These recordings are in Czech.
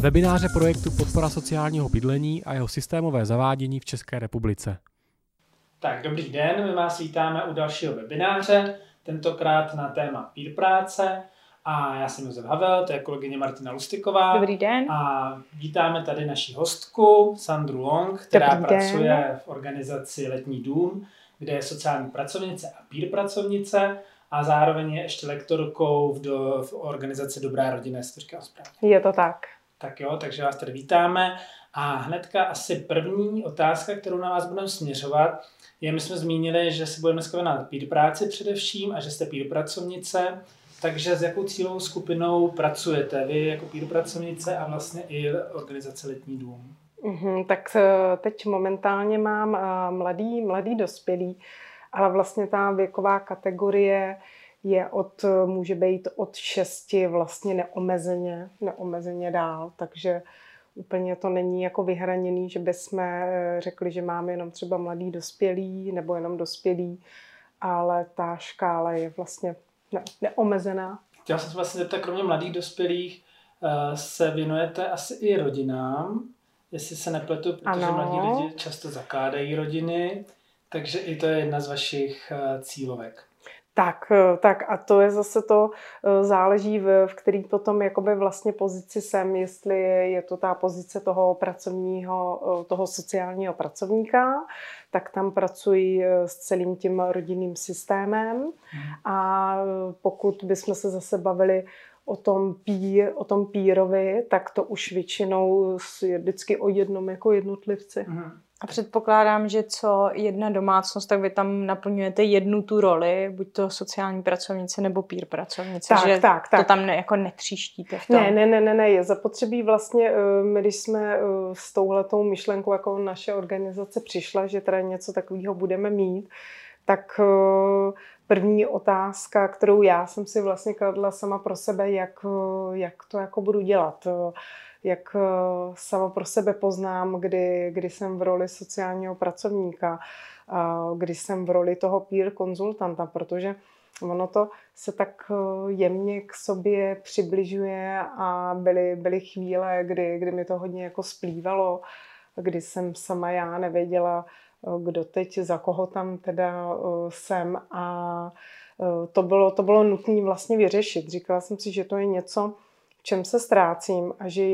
webináře projektu Podpora sociálního bydlení a jeho systémové zavádění v České republice. Tak, dobrý den, my vás vítáme u dalšího webináře, tentokrát na téma peer práce. A já jsem Josef Havel, to je kolegyně Martina Lustiková. Dobrý den. A vítáme tady naši hostku Sandru Long, která pracuje v organizaci Letní dům, kde je sociální pracovnice a peer pracovnice a zároveň je ještě lektorkou v organizaci Dobrá rodina, jestli to říkám správně. Je to tak. Tak jo, takže vás tady vítáme. A hnedka asi první otázka, kterou na vás budeme směřovat, je, my jsme zmínili, že si budeme dneska věnovat peer práci především a že jste peer pracovnice. Takže s jakou cílovou skupinou pracujete vy jako peer pracovnice a vlastně i organizace Letní dům? Tak teď momentálně mám mladý dospělý, ale vlastně ta věková kategorie může být od 6 vlastně neomezeně dál, takže úplně to není jako vyhraněný, že bychom řekli, že máme jenom třeba mladý dospělý nebo jenom dospělý, ale ta škála je vlastně neomezená. Chtěla jsem se vlastně zeptat, kromě mladých dospělých se věnujete asi i rodinám, jestli se nepletu, protože mladí lidi často zakládají rodiny, takže i to je jedna z vašich cílovek. Tak a to je zase to, záleží v který potom jakoby vlastně pozici jsem, jestli je to ta pozice toho sociálního pracovníka, tak tam pracuji s celým tím rodinným systémem a pokud bychom se zase bavili o tom peerovi, tak to už většinou je vždycky o jednom jako jednotlivci. A předpokládám, že co jedna domácnost, tak vy tam naplňujete jednu tu roli, buď to sociální pracovnice nebo peer pracovnice, tak. To tam jako netříštíte v tom. Ne, je zapotřebí vlastně, my když jsme s touhletou myšlenkou jako naše organizace přišla, že teda něco takového budeme mít, tak první otázka, kterou já jsem si vlastně kladla sama pro sebe, jak to jako budu dělat. Jak sama pro sebe poznám, kdy jsem v roli sociálního pracovníka, kdy jsem v roli toho peer konzultanta, protože ono to se tak jemně k sobě přibližuje a byly chvíle, kdy mi to hodně jako splývalo, kdy jsem sama já nevěděla, kdo teď, za koho tam teda jsem a to bylo nutné vlastně vyřešit. Říkala jsem si, že to je něco, v čem se ztrácím a že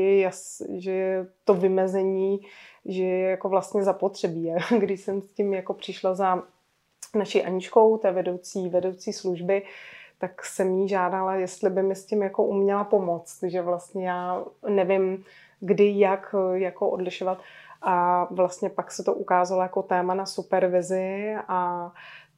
je to vymezení, že je jako vlastně zapotřebí. Když jsem s tím jako přišla za naší Aničkou, té vedoucí služby, tak jsem jí žádala, jestli by mi s tím jako uměla pomoct. Takže vlastně já nevím, kdy, jak jako odlišovat. A vlastně pak se to ukázalo jako téma na supervizi a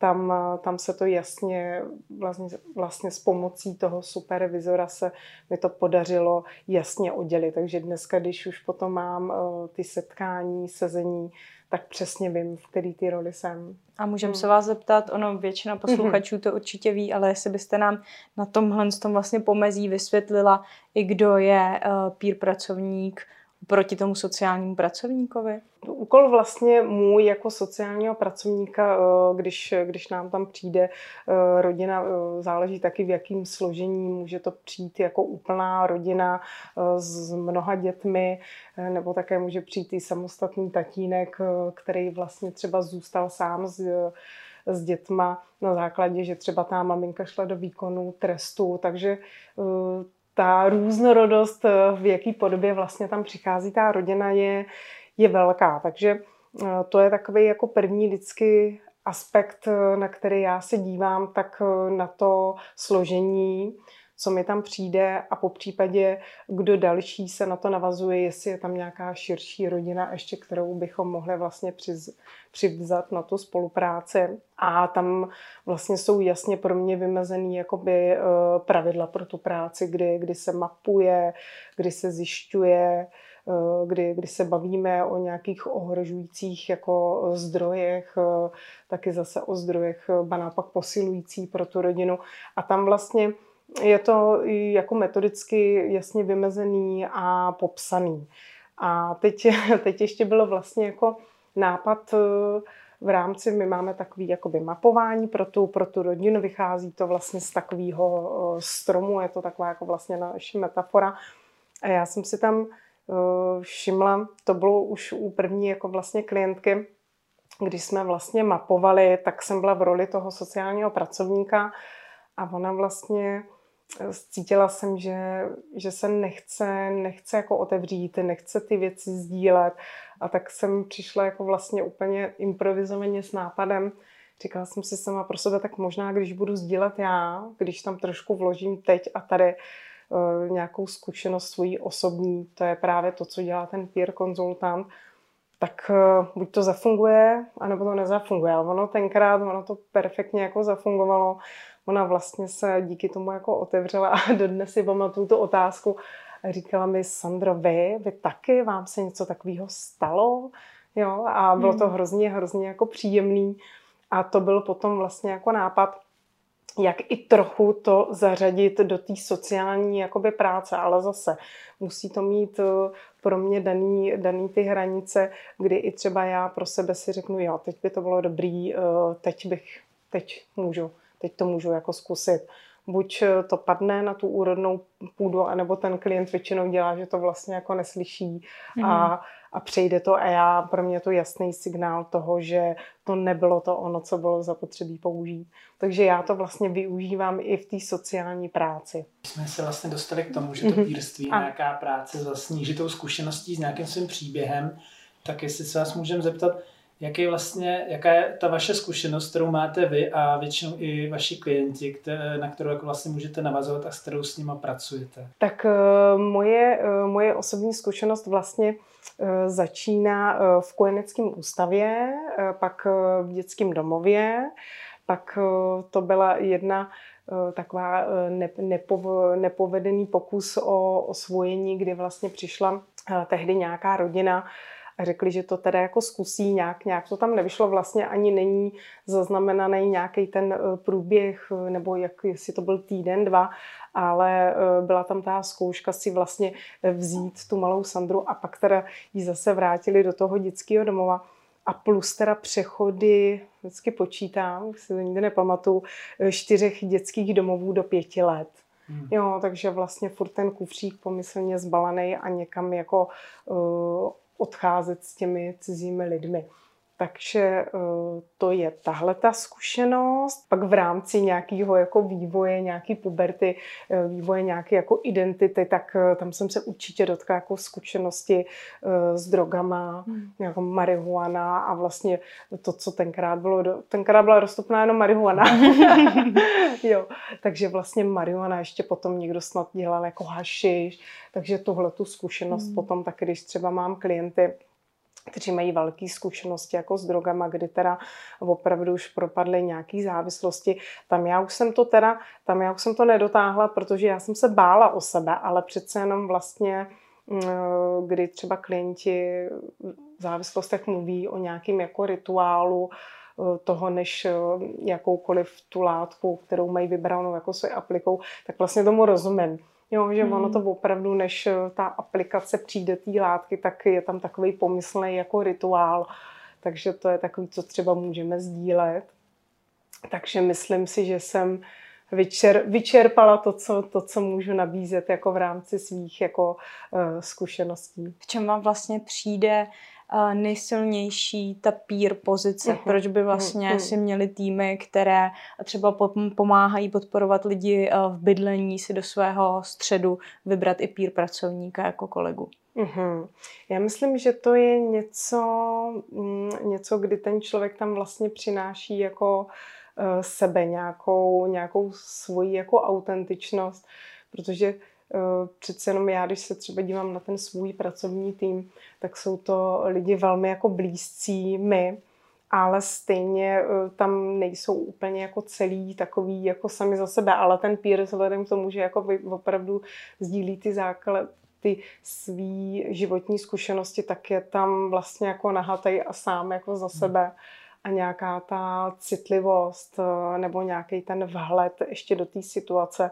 tam se to jasně vlastně s pomocí toho supervizora se mi to podařilo jasně oddělit. Takže dneska, když už potom mám ty setkání, sezení, tak přesně vím, v který ty roli jsem. A můžeme se vás zeptat, většina posluchačů to určitě ví, ale jestli byste nám na tomhle vlastně pomezí vysvětlila, i kdo je peer pracovník proti tomu sociálnímu pracovníkovi? Úkol vlastně můj jako sociálního pracovníka, když nám tam přijde rodina, záleží taky v jakém složení, může to přijít jako úplná rodina s mnoha dětmi, nebo také může přijít i samostatný tatínek, který vlastně třeba zůstal sám s dětma na základě, že třeba ta maminka šla do výkonu trestu, takže ta různorodost, v jaký podobě vlastně tam přichází ta rodina, je velká. Takže to je takový jako první vždycky aspekt, na který já se dívám, tak na to složení, co mi tam přijde a popřípadě, kdo další se na to navazuje, jestli je tam nějaká širší rodina ještě, kterou bychom mohli vlastně přivzat na tu spolupráci. A tam vlastně jsou jasně pro mě vymezený jakoby pravidla pro tu práci, kdy se mapuje, kdy se zjišťuje, kdy se bavíme o nějakých ohrožujících jako zdrojech, taky zase o zdrojech naopak posilující pro tu rodinu. A tam vlastně je to jako metodicky jasně vymezený a popsaný. A teď ještě bylo vlastně jako nápad v rámci, my máme takový jakoby mapování pro tu rodinu, vychází to vlastně z takového stromu, je to taková jako vlastně naše metafora. A já jsem si tam všimla, to bylo už u první jako vlastně klientky, když jsme vlastně mapovali, tak jsem byla v roli toho sociálního pracovníka a ona vlastně cítila jsem, že se nechce jako otevřít, nechce ty věci sdílet a tak jsem přišla jako vlastně úplně improvizovaně s nápadem. Říkala jsem si sama pro sebe, tak možná, když budu sdílet já, když tam trošku vložím teď a tady nějakou zkušenost svojí osobní, to je právě to, co dělá ten peer konzultant, tak buď to zafunguje, anebo to nezafunguje. Ale ono to perfektně jako zafungovalo. Ona vlastně se díky tomu jako otevřela a dodnes si pamatuju tu otázku a říkala mi, Sandro, vy taky, vám se něco takového stalo? Jo? A bylo to hrozně jako příjemný. A to byl potom vlastně jako nápad, jak i trochu to zařadit do té sociální jakoby práce, ale zase musí to mít pro mě daný ty hranice, kdy i třeba já pro sebe si řeknu, jo, teď by to bylo dobrý, teď to můžu jako zkusit. Buď to padne na tu úrodnou půdu, anebo ten klient většinou dělá, že to vlastně jako neslyší a přejde to a pro mě je to jasný signál toho, že to nebylo to ono, co bylo zapotřebí použít. Takže já to vlastně využívám i v té sociální práci. Jsme se vlastně dostali k tomu, že to peerství je nějaká práce za snížitou zkušeností s nějakým svým příběhem, tak jestli se vás můžeme zeptat, jaká je ta vaše zkušenost, kterou máte vy a většinou i vaši klienti, na kterou jako vlastně můžete navazovat a s kterou s nima pracujete? Tak moje osobní zkušenost vlastně začíná v kojeneckém ústavě, pak v dětském domově, pak to byla jedna taková nepovedený pokus o osvojení, kdy vlastně přišla tehdy nějaká rodina a řekli, že to teda jako zkusí nějak to tam nevyšlo, vlastně ani není zaznamenaný nějaký ten průběh, nebo jestli to byl týden, 2, ale byla tam ta zkouška si vlastně vzít tu malou Sandru a pak teda ji zase vrátili do toho dětského domova. A plus teda přechody, vždycky počítám, si to nikdy nepamatuju, 4 dětských domovů do 5 let. Jo, takže vlastně furt ten kufřík pomyslně zbalený a někam jako odcházet s těmi cizími lidmi. Takže to je tahle ta zkušenost. Pak v rámci nějakého jako vývoje, nějaký puberty, vývoje nějaké jako identity, tak tam jsem se určitě dotkla jako zkušenosti s drogama, jako marihuana a vlastně to, co tenkrát byla dostupná jenom marihuana. Jo, takže vlastně marihuana ještě potom někdo snad dělal jako hašiš, takže tuhle tu zkušenost potom taky, když třeba mám klienty, kteří mají velké zkušenosti jako s drogama, kdy teda opravdu už propadly nějaké závislosti. Tam já už jsem to nedotáhla, protože já jsem se bála o sebe, ale přece jenom vlastně, kdy třeba klienti v závislostech mluví o nějakém jako rituálu toho, než jakoukoliv tu látku, kterou mají vybranou jako svoji aplikou, tak vlastně tomu rozumím. Jo, že ono to opravdu, než ta aplikace přijde té látky, tak je tam takový pomyslný jako rituál. Takže to je takový, co třeba můžeme sdílet. Takže myslím si, že jsem vyčerpala to, co můžu nabízet jako v rámci svých jako zkušeností. V čem vám vlastně přijde nejsilnější ta peer pozice? Proč by vlastně si měli týmy, které třeba pomáhají podporovat lidi v bydlení, si do svého středu vybrat i peer pracovníka jako kolegu? Já myslím, že to je něco, kdy ten člověk tam vlastně přináší jako sebe, nějakou svoji jako autentičnost, protože přece jenom já, když se třeba dívám na ten svůj pracovní tým, tak jsou to lidi velmi jako blízcí mi, ale stejně tam nejsou úplně jako celý takový jako sami za sebe, ale ten peer vzhledem k tomu, že jako opravdu sdílí ty svý životní zkušenosti, tak je tam vlastně jako nahatej a sám jako za sebe. A nějaká ta citlivost nebo nějaký ten vhled ještě do té situace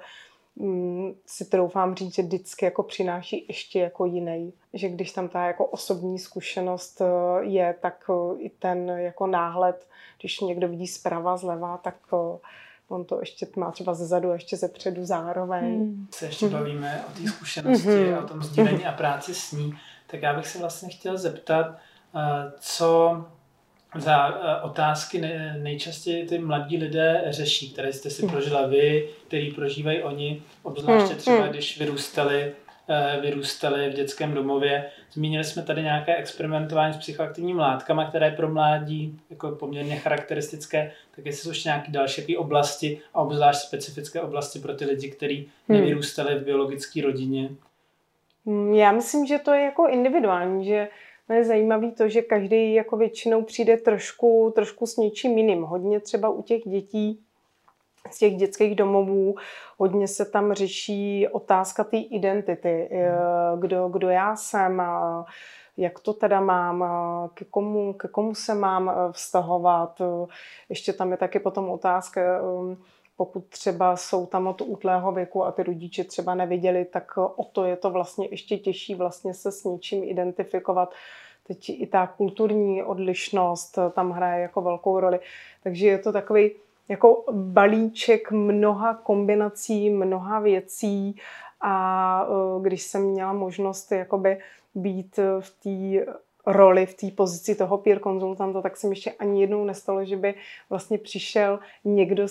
si troufám říct, že vždycky jako přináší ještě jako jiný. Že když tam ta jako osobní zkušenost je, tak i ten jako náhled, když někdo vidí zprava, zleva, tak on to ještě má třeba zezadu, ještě zepředu zároveň. Se ještě bavíme o té zkušenosti a o tom sdílení a práci s ní. tak já bych se vlastně chtěl zeptat, co za otázky nejčastěji ty mladí lidé řeší, které jste si prožila vy, který prožívají oni, obzvláště třeba když vyrůstali v dětském domově. Zmínili jsme tady nějaké experimentování s psychoaktivními látkami, které pro mládí jako poměrně charakteristické, tak jestli jsou ještě nějaké další oblasti a obzvlášť specifické oblasti pro ty lidi, kteří nevyrůstali v biologické rodině. Já myslím, že to je jako individuální, že je zajímavé to, že každý jako většinou přijde trošku s něčím jiným. Hodně třeba u těch dětí z těch dětských domovů, hodně se tam řeší otázka té identity. Kdo já jsem, jak to teda mám, ke komu se mám vztahovat. Ještě tam je taky potom otázka, pokud třeba jsou tam od útlého věku a ty rodiče třeba neviděli, tak o to je to vlastně ještě těžší vlastně se s něčím identifikovat. Teď i ta kulturní odlišnost tam hraje jako velkou roli. Takže je to takový jako balíček mnoha kombinací, mnoha věcí a když jsem měla možnost jakoby být v té roli, v té pozici toho peer konzultanta, tak se mi ještě ani jednou nestalo, že by vlastně přišel někdo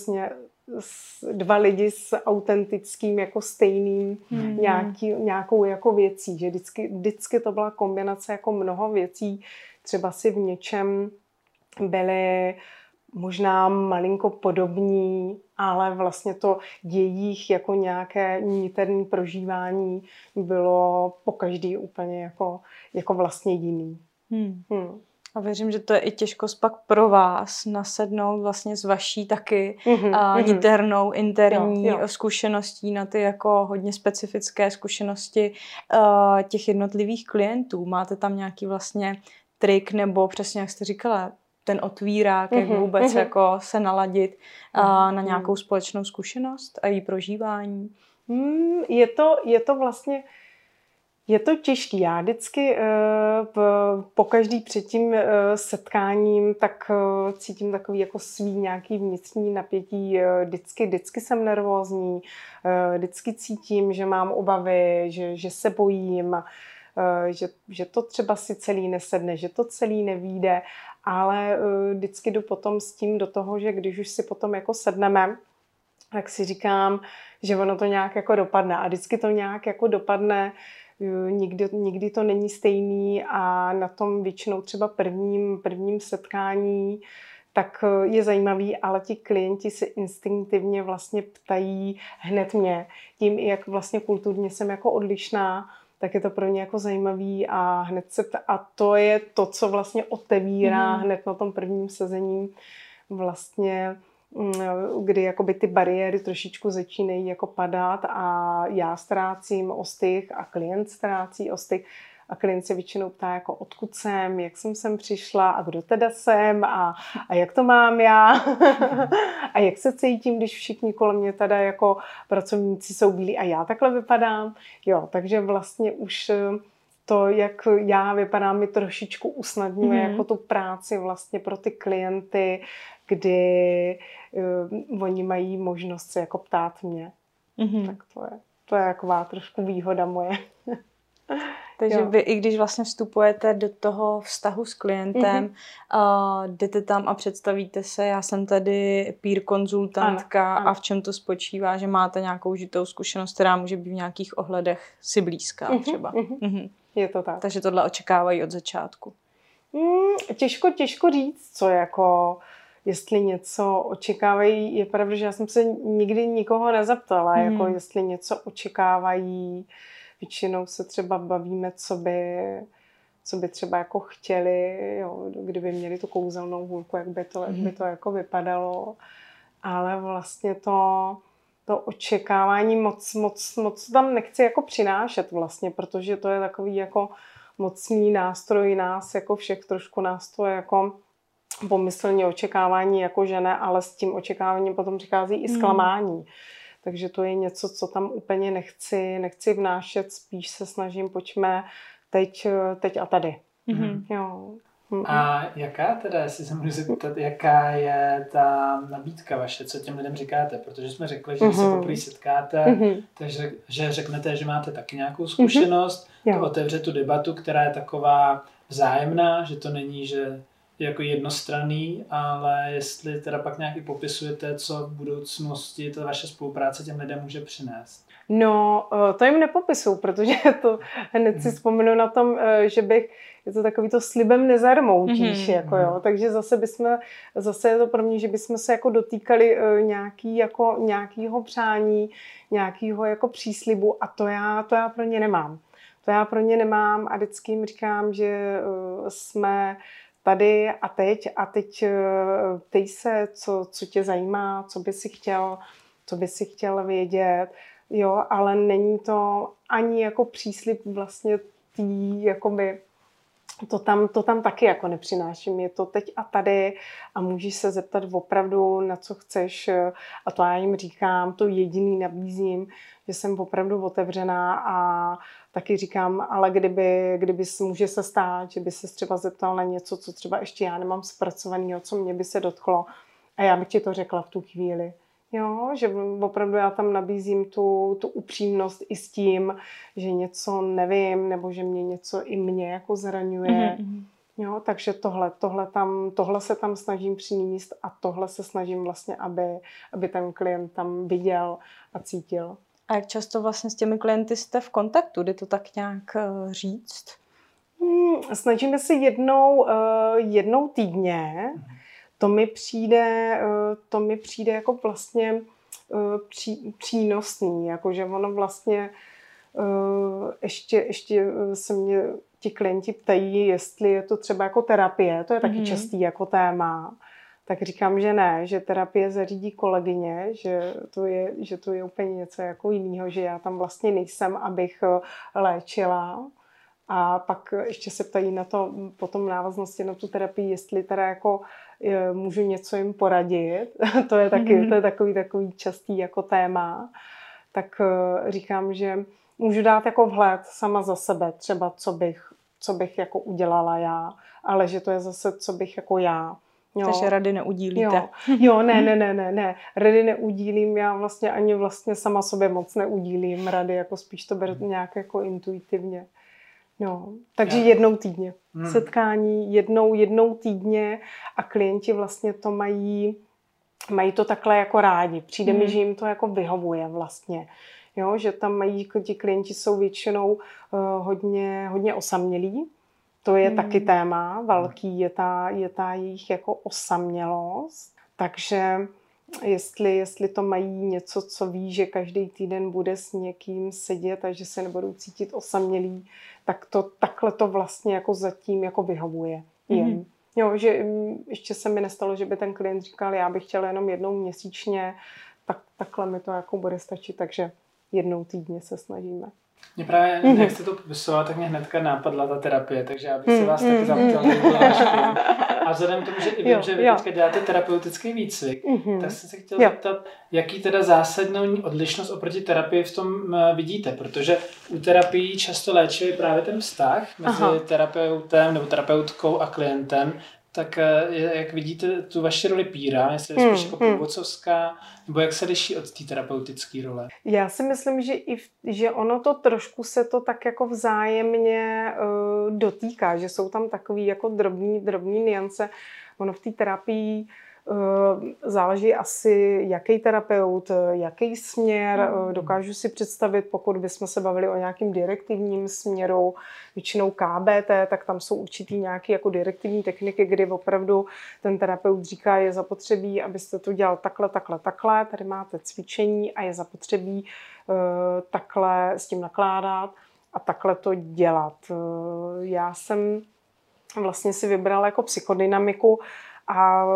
dva lidi s autentickým jako stejným nějakou jako věcí, že vždycky to byla kombinace jako mnoho věcí, třeba si v něčem byly možná malinko podobní, ale vlastně to jejich jako nějaké niterné prožívání bylo pokaždý úplně jako vlastně jiný. A věřím, že to je i těžkost pak pro vás nasednout vlastně s vaší taky niternou, interní zkušeností na ty jako hodně specifické zkušenosti těch jednotlivých klientů. Máte tam nějaký vlastně trik nebo přesně jak jste říkala, ten otvírák, jak vůbec jako se naladit na nějakou společnou zkušenost a její prožívání? Je to vlastně je to těžký. Já vždycky po každý před tím setkáním tak cítím takový jako svý nějaký vnitřní napětí. Vždycky jsem nervózní, vždycky cítím, že mám obavy, že se bojím, že to třeba si celý nesedne, že to celý nevyjde, ale vždycky jdu potom s tím do toho, že když už si potom jako sedneme, tak si říkám, že ono to nějak jako dopadne a vždycky to nějak jako dopadne. Nikdy to není stejný a na tom většinou třeba prvním setkání tak je zajímavý, ale ti klienti se instinktivně vlastně ptají hned mě. Tím, jak vlastně kulturně jsem jako odlišná, tak je to pro ně jako zajímavý a hned se a to je to, co vlastně otevírá hned na tom prvním sezení vlastně, kdy jakoby ty bariéry trošičku začínají jako padat a já ztrácím ostych a klient ztrácí ostych a klient se většinou ptá jako odkud jsem, jak jsem sem přišla a kdo teda jsem a jak to mám já a jak se cítím, když všichni kolem mě teda jako pracovníci jsou bílí a já takhle vypadám. Jo, takže vlastně už to, jak já vypadám, mi trošičku usnadňuje jako tu práci vlastně pro ty klienty, kdy oni mají možnost se jako ptát mě. Tak to je taková trošku výhoda moje. Takže vy, i když vlastně vstupujete do toho vztahu s klientem, jdete tam a představíte se, já jsem tady peer konzultantka a v čem to spočívá, že máte nějakou žitou zkušenost, která může být v nějakých ohledech si blízká třeba. Je to tak. Takže tohle očekávají od začátku. Těžko říct, co jako, jestli něco očekávají. Je pravda, že já jsem se nikdy nikoho nezeptala, jako jestli něco očekávají. Většinou se třeba bavíme, co by třeba jako chtěli, jo, kdyby měli tu kouzelnou hůlku, jak by to jako vypadalo. Ale vlastně to očekávání moc tam nechci jako přinášet vlastně, protože to je takový jako mocný nástroj nás, jako všech trošku nás to jako pomyslně očekávání jako žene, ale s tím očekáváním potom přichází i zklamání. Takže to je něco, co tam úplně nechci vnášet, spíš se snažím, pojďme teď a tady. Jo. A jaká teda, jestli se můžu zeptat, jaká je ta nabídka vaše, co těm lidem říkáte? Protože jsme řekli, že se poprvé setkáte, takže že řeknete, že máte taky nějakou zkušenost, to otevře tu debatu, která je taková vzájemná, že to není, že je jako jednostranný, ale jestli teda pak nějaký popisujete, co v budoucnosti ta vaše spolupráce těm lidem může přinést. No, to jim nepopisuju, protože to hned si vzpomenu na tom, že je to takový to slibem nezarmoutíš, jako jo, takže zase je to pro mě, že bychom se jako dotýkali nějakýho přání, nějakýho jako příslibu a to já pro ně nemám. To já pro ně nemám a vždycky jim říkám, že jsme tady a teď ptej se, co tě zajímá, co by si chtěl vědět, jo, ale není to ani jako příslib vlastně jakoby, to tam taky jako nepřináším. Je to teď a tady a můžeš se zeptat opravdu, na co chceš a to já jim říkám, to jediný nabízím, že jsem opravdu otevřená a taky říkám, ale kdyby může se stát, že by se třeba zeptal na něco, co třeba ještě já nemám zpracovaného, co mě by se dotklo a já bych ti to řekla v tu chvíli. Jo, že opravdu já tam nabízím tu upřímnost i s tím, že něco nevím, nebo že mě něco i mě jako zraňuje. Jo, takže tohle se tam snažím přinést a tohle se snažím vlastně, aby ten klient tam viděl a cítil. A jak často vlastně s těmi klienty jste v kontaktu? Jde to tak nějak říct? Snažíme se jednou týdně. To mi přijde jako vlastně přínosný, jakože ono vlastně ještě se mě ti klienti ptají, jestli je to třeba jako terapie, to je taky častý jako téma. Tak říkám, že ne, že terapie zařídí kolegyně, že to je úplně něco jako jiného, že já tam vlastně nejsem, abych léčila. A pak ještě se ptají na to potom návaznosti na tu terapii, jestli teda jako můžu něco jim poradit. To je takový častý jako téma. Tak říkám, že můžu dát jako vhled sama za sebe, třeba co bych jako udělala já, ale že to je zase, co bych jako já. Jo. Takže rady neudílíte. Jo, ne. Rady neudílím, já vlastně ani vlastně sama sobě moc neudílím rady, jako spíš to beru nějak jako intuitivně. No, takže jednou týdně. Setkání jednou týdně a klienti vlastně to mají to takhle jako rádi. Přijde mi, že jim to jako vyhovuje vlastně. Jo, že tam mají, ti klienti jsou většinou hodně osamělí. To je taky téma velký, je ta jejich jako osamělost. Takže jestli to mají něco, co ví, že každý týden bude s někým sedět a že se nebudou cítit osamělí, tak takhle to vlastně jako zatím jako vyhovuje. Jo, že ještě se mi nestalo, že by ten klient říkal, já bych chtěl jenom jednou měsíčně, tak takhle mi to jako bude stačit, takže jednou týdně se snažíme. Mě právě, jak jste to popisovala, tak mě hnedka napadla ta terapie, takže já bych se vás taky zapýtal. A vzhledem k tomu, že i vím, že vy teďka děláte terapeutický výcvik, tak jsem se chtěl zeptat, jaký teda zásadní odlišnost oproti terapii v tom vidíte, protože u terapii často léčí právě ten vztah mezi terapeutem nebo terapeutkou a klientem. Tak jak vidíte tu vaši roli píra, jestli je spíš jako průvodcovská, nebo jak se liší od té terapeutické role? Já si myslím, že ono to trošku se to tak jako vzájemně dotýká, že jsou tam takový jako drobný nuance. Ono v té terapii záleží asi, jaký terapeut, jaký směr. Dokážu si představit, pokud bychom se bavili o nějakým direktivním směru, většinou KBT, tak tam jsou určitý nějaké jako direktivní techniky, kdy opravdu ten terapeut říká, je zapotřebí, abyste to dělal takhle, tady máte cvičení a je zapotřebí takhle s tím nakládat a takhle to dělat. Já jsem vlastně si vybrala jako psychodynamiku a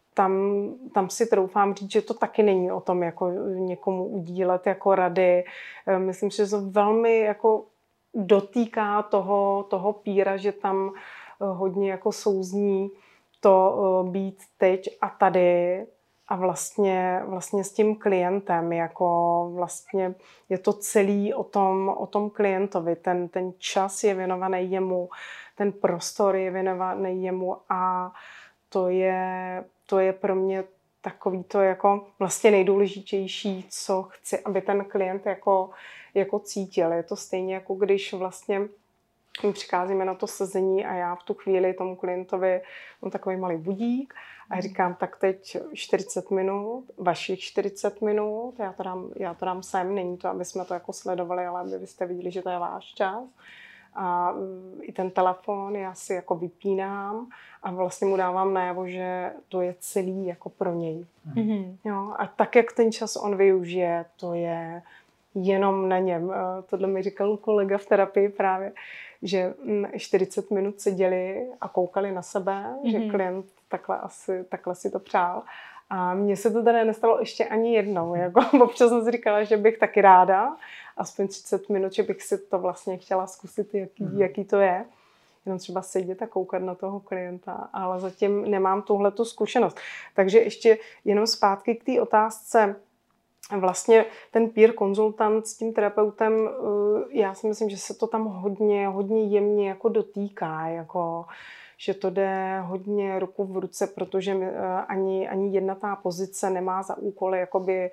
tam si troufám říct, že to taky není o tom, jako někomu udílet jako rady. Myslím si, že to velmi jako dotýká toho píra, že tam hodně jako souzní to být teď a tady a vlastně s tím klientem, jako vlastně je to celý o tom klientovi. Ten čas je věnovaný jemu, ten prostor je věnovaný jemu a to je pro mě takový to jako vlastně nejdůležitější, co chci, aby ten klient jako cítil. Je to stejně jako když vlastně my přicházíme na to sezení a já v tu chvíli tomu klientovi mám takový malý budík a říkám, tak teď 40 minut, vašich 40 minut, já to dám sem, není to, aby jsme to jako sledovali, ale aby byste viděli, že to je váš čas. A i ten telefon já si jako vypínám a vlastně mu dávám najevo, že to je celý jako pro něj. Jo, a tak, jak ten čas on využije, to je jenom na něm. Tohle mi říkal kolega v terapii právě, že 40 minut seděli a koukali na sebe, že klient takhle si to přál. A mně se to tady nestalo ještě ani jednou. Jako, občas jsem si říkala, že bych taky ráda, aspoň 30 minut, že bych si to vlastně chtěla zkusit, jaký to je. Jenom třeba sedět a koukat na toho klienta, ale zatím nemám tuhletu zkušenost. Takže ještě jenom zpátky k té otázce. Vlastně ten peer konzultant s tím terapeutem, já si myslím, že se to tam hodně jemně jako dotýká, jako, že to jde hodně ruku v ruce, protože ani jedna ta pozice nemá za úkol jakoby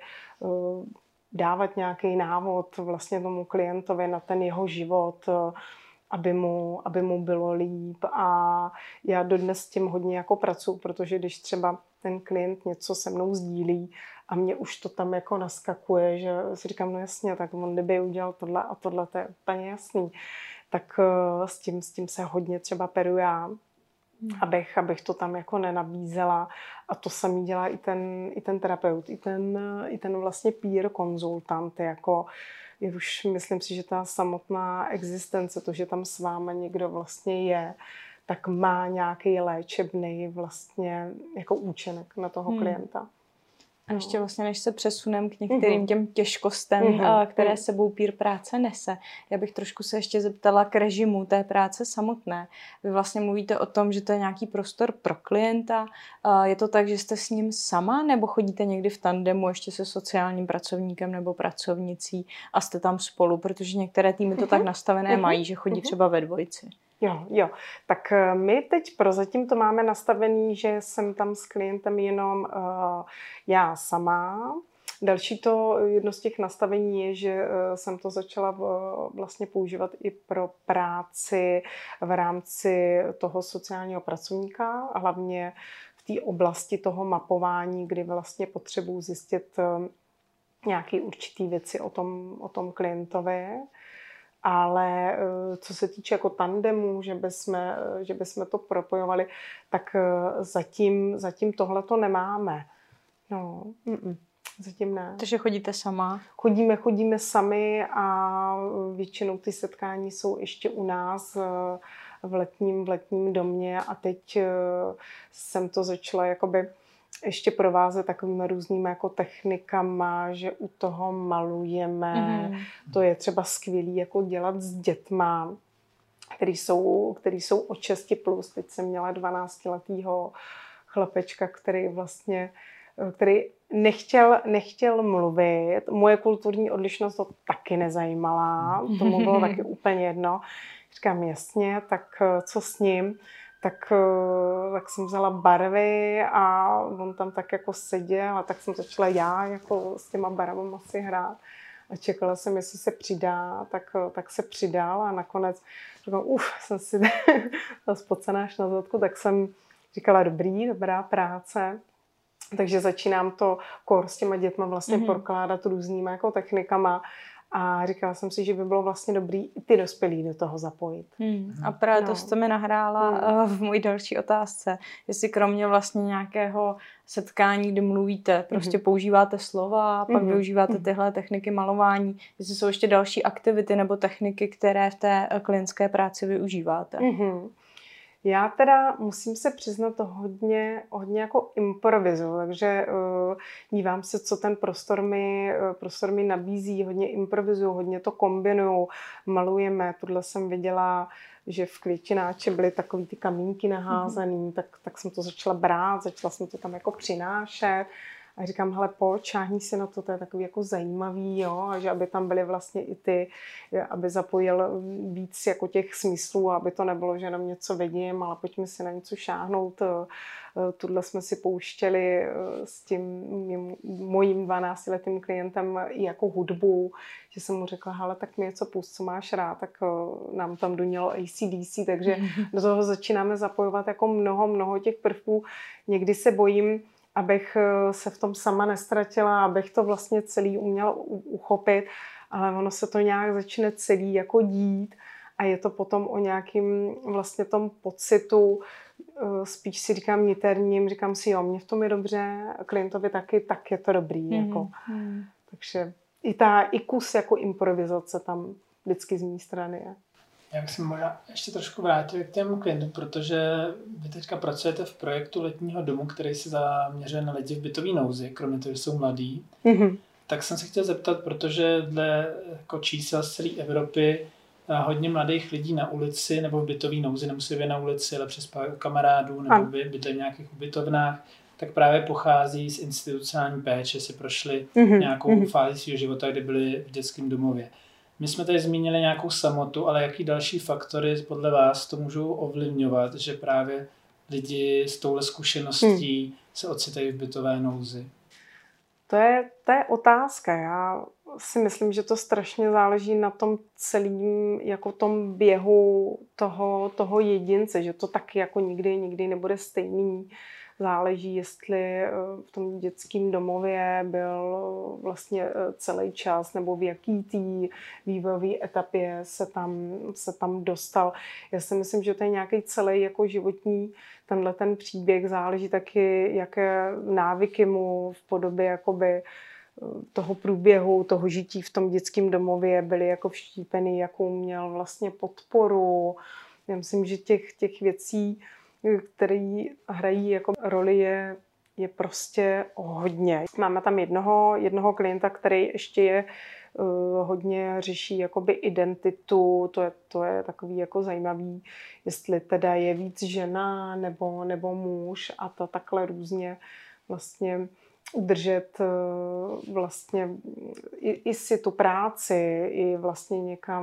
dávat nějaký návod vlastně tomu klientovi na ten jeho život, aby mu bylo líp. A já dodnes s tím hodně jako pracuji, protože když třeba ten klient něco se mnou sdílí a mě už to tam jako naskakuje, že si říkám, no jasně, tak on kdyby udělal tohle a tohle, to je úplně jasný. Tak s tím se hodně třeba peru já, abych to tam jako nenabízela. A to samý dělá i ten terapeut, i ten vlastně peer konzultant, jako je už myslím si, že ta samotná existence, to, že tam s váma někdo vlastně je, tak má nějaký léčebný vlastně jako účinek na toho klienta. A ještě vlastně, než se přesunem k některým těm těžkostem, které sebou peer práce nese, já bych trošku se ještě zeptala k režimu té práce samotné. Vy vlastně mluvíte o tom, že to je nějaký prostor pro klienta. Je to tak, že jste s ním sama, nebo chodíte někdy v tandemu ještě se sociálním pracovníkem nebo pracovnicí a jste tam spolu, protože některé týmy to tak nastavené mají, že chodí třeba ve dvojici. Jo. Tak my teď prozatím to máme nastavený, že jsem tam s klientem jenom já sama. Další jedno z těch nastavení je, že jsem to začala vlastně používat i pro práci v rámci toho sociálního pracovníka, a hlavně v té oblasti toho mapování, kdy vlastně potřebuji zjistit nějaké určité věci o tom klientovi. Ale co se týče jako tandemu, že bychom to propojovali, tak zatím tohle to nemáme. No, zatím ne. Takže chodíte sama? Chodíme sami a většinou ty setkání jsou ještě u nás v letním domě a teď jsem to začala jakoby ještě provázet takovými různými jako technikama, že u toho malujeme. To je třeba skvělý jako dělat s dětma, který jsou od 6+. Teď jsem měla 12letýho chlapečka, který nechtěl mluvit. Moje kulturní odlišnost to taky nezajímala. Tomu bylo taky úplně jedno. Říkám, jasně, tak co s ním? Tak jsem vzala barvy a on tam tak jako seděl a tak jsem začala já jako s těma barvama si hrát a čekala jsem, jestli se přidá, tak se přidal a nakonec říkala, jsem si spocená až na zadku, tak jsem říkala, dobrá práce. Takže začínám to s těma dětma vlastně prokládat různýma jako technikama. A říkala jsem si, že by bylo vlastně dobrý i ty dospělí do toho zapojit. A právě to jste mi nahrála v mojí další otázce. Jestli kromě vlastně nějakého setkání, kdy mluvíte, prostě používáte slova a pak využíváte tyhle techniky malování, jestli jsou ještě další aktivity nebo techniky, které v té klientské práci využíváte. Já teda musím se přiznat, to hodně jako improvizuju, takže dívám se, co ten prostor mi nabízí, hodně improvizuju, hodně to kombinuju, malujeme. Tohle jsem viděla, že v květináči byly takový ty kamínky naházený, tak jsem to začala brát, začala jsem to tam jako přinášet A říkám, hele, čáhni si na to, to je takový jako zajímavý, jo, a že aby tam byly vlastně i ty, aby zapojil víc jako těch smyslů, aby to nebylo, že jenom něco vidím, ale pojďme si na něco šáhnout. Tudle jsme si pouštěli s tím mojím 12letým klientem i jako hudbu, že jsem mu řekla, hele, tak mi něco pust, co máš rád, tak nám tam donělo AC/DC, takže do toho začínáme zapojovat jako mnoho těch prvků. Někdy se bojím, abych se v tom sama nestratila, abych to vlastně celý uměla uchopit, ale ono se to nějak začne celý jako dít a je to potom o nějakým vlastně tom pocitu, spíš si říkám niterním, říkám si, jo, mě v tom je dobře, klientovi taky, tak je to dobrý. Jako. Takže i kus jako improvizace tam vždycky z mé strany je. Já bych se možná ještě trošku vrátil k těm klientům, protože vy teďka pracujete v projektu letního domu, který se zaměřuje na lidi v bytové nouzi, kromě toho, že jsou mladí. Tak jsem se chtěl zeptat, protože dle jako čísel z celé Evropy hodně mladých lidí na ulici nebo v bytové nouzi, nemusí být na ulici, ale přes pár kamarádů nebo bydlí v nějakých ubytovnách, tak právě pochází z institucionální péče, si prošli nějakou fázi svého života, kdy byli v dětském domově. My jsme tady zmínili nějakou samotu, ale jaký další faktory podle vás to můžou ovlivňovat, že právě lidi s touhle zkušeností se ocitají v bytové nouzi? To je otázka. Já si myslím, že to strašně záleží na tom celým jako tom běhu toho jedince, že to taky jako nikdy nebude stejný. Záleží, jestli v tom dětském domově byl vlastně celý čas nebo v jaký té vývojové etapě se tam dostal. Já si myslím, že to je nějaký celý jako životní ten příběh. Záleží taky, jaké návyky mu v podobě jakoby toho průběhu, toho žití v tom dětském domově byly jako vštípený, jakou měl vlastně podporu. Já myslím, že těch věcí, které hrají jako roli, je prostě hodně. Máme tam jednoho klienta, který ještě je hodně řeší jakoby identitu, to je takový jako zajímavý, jestli teda je víc žena nebo muž a to takhle různě vlastně udržet vlastně i si tu práci, i vlastně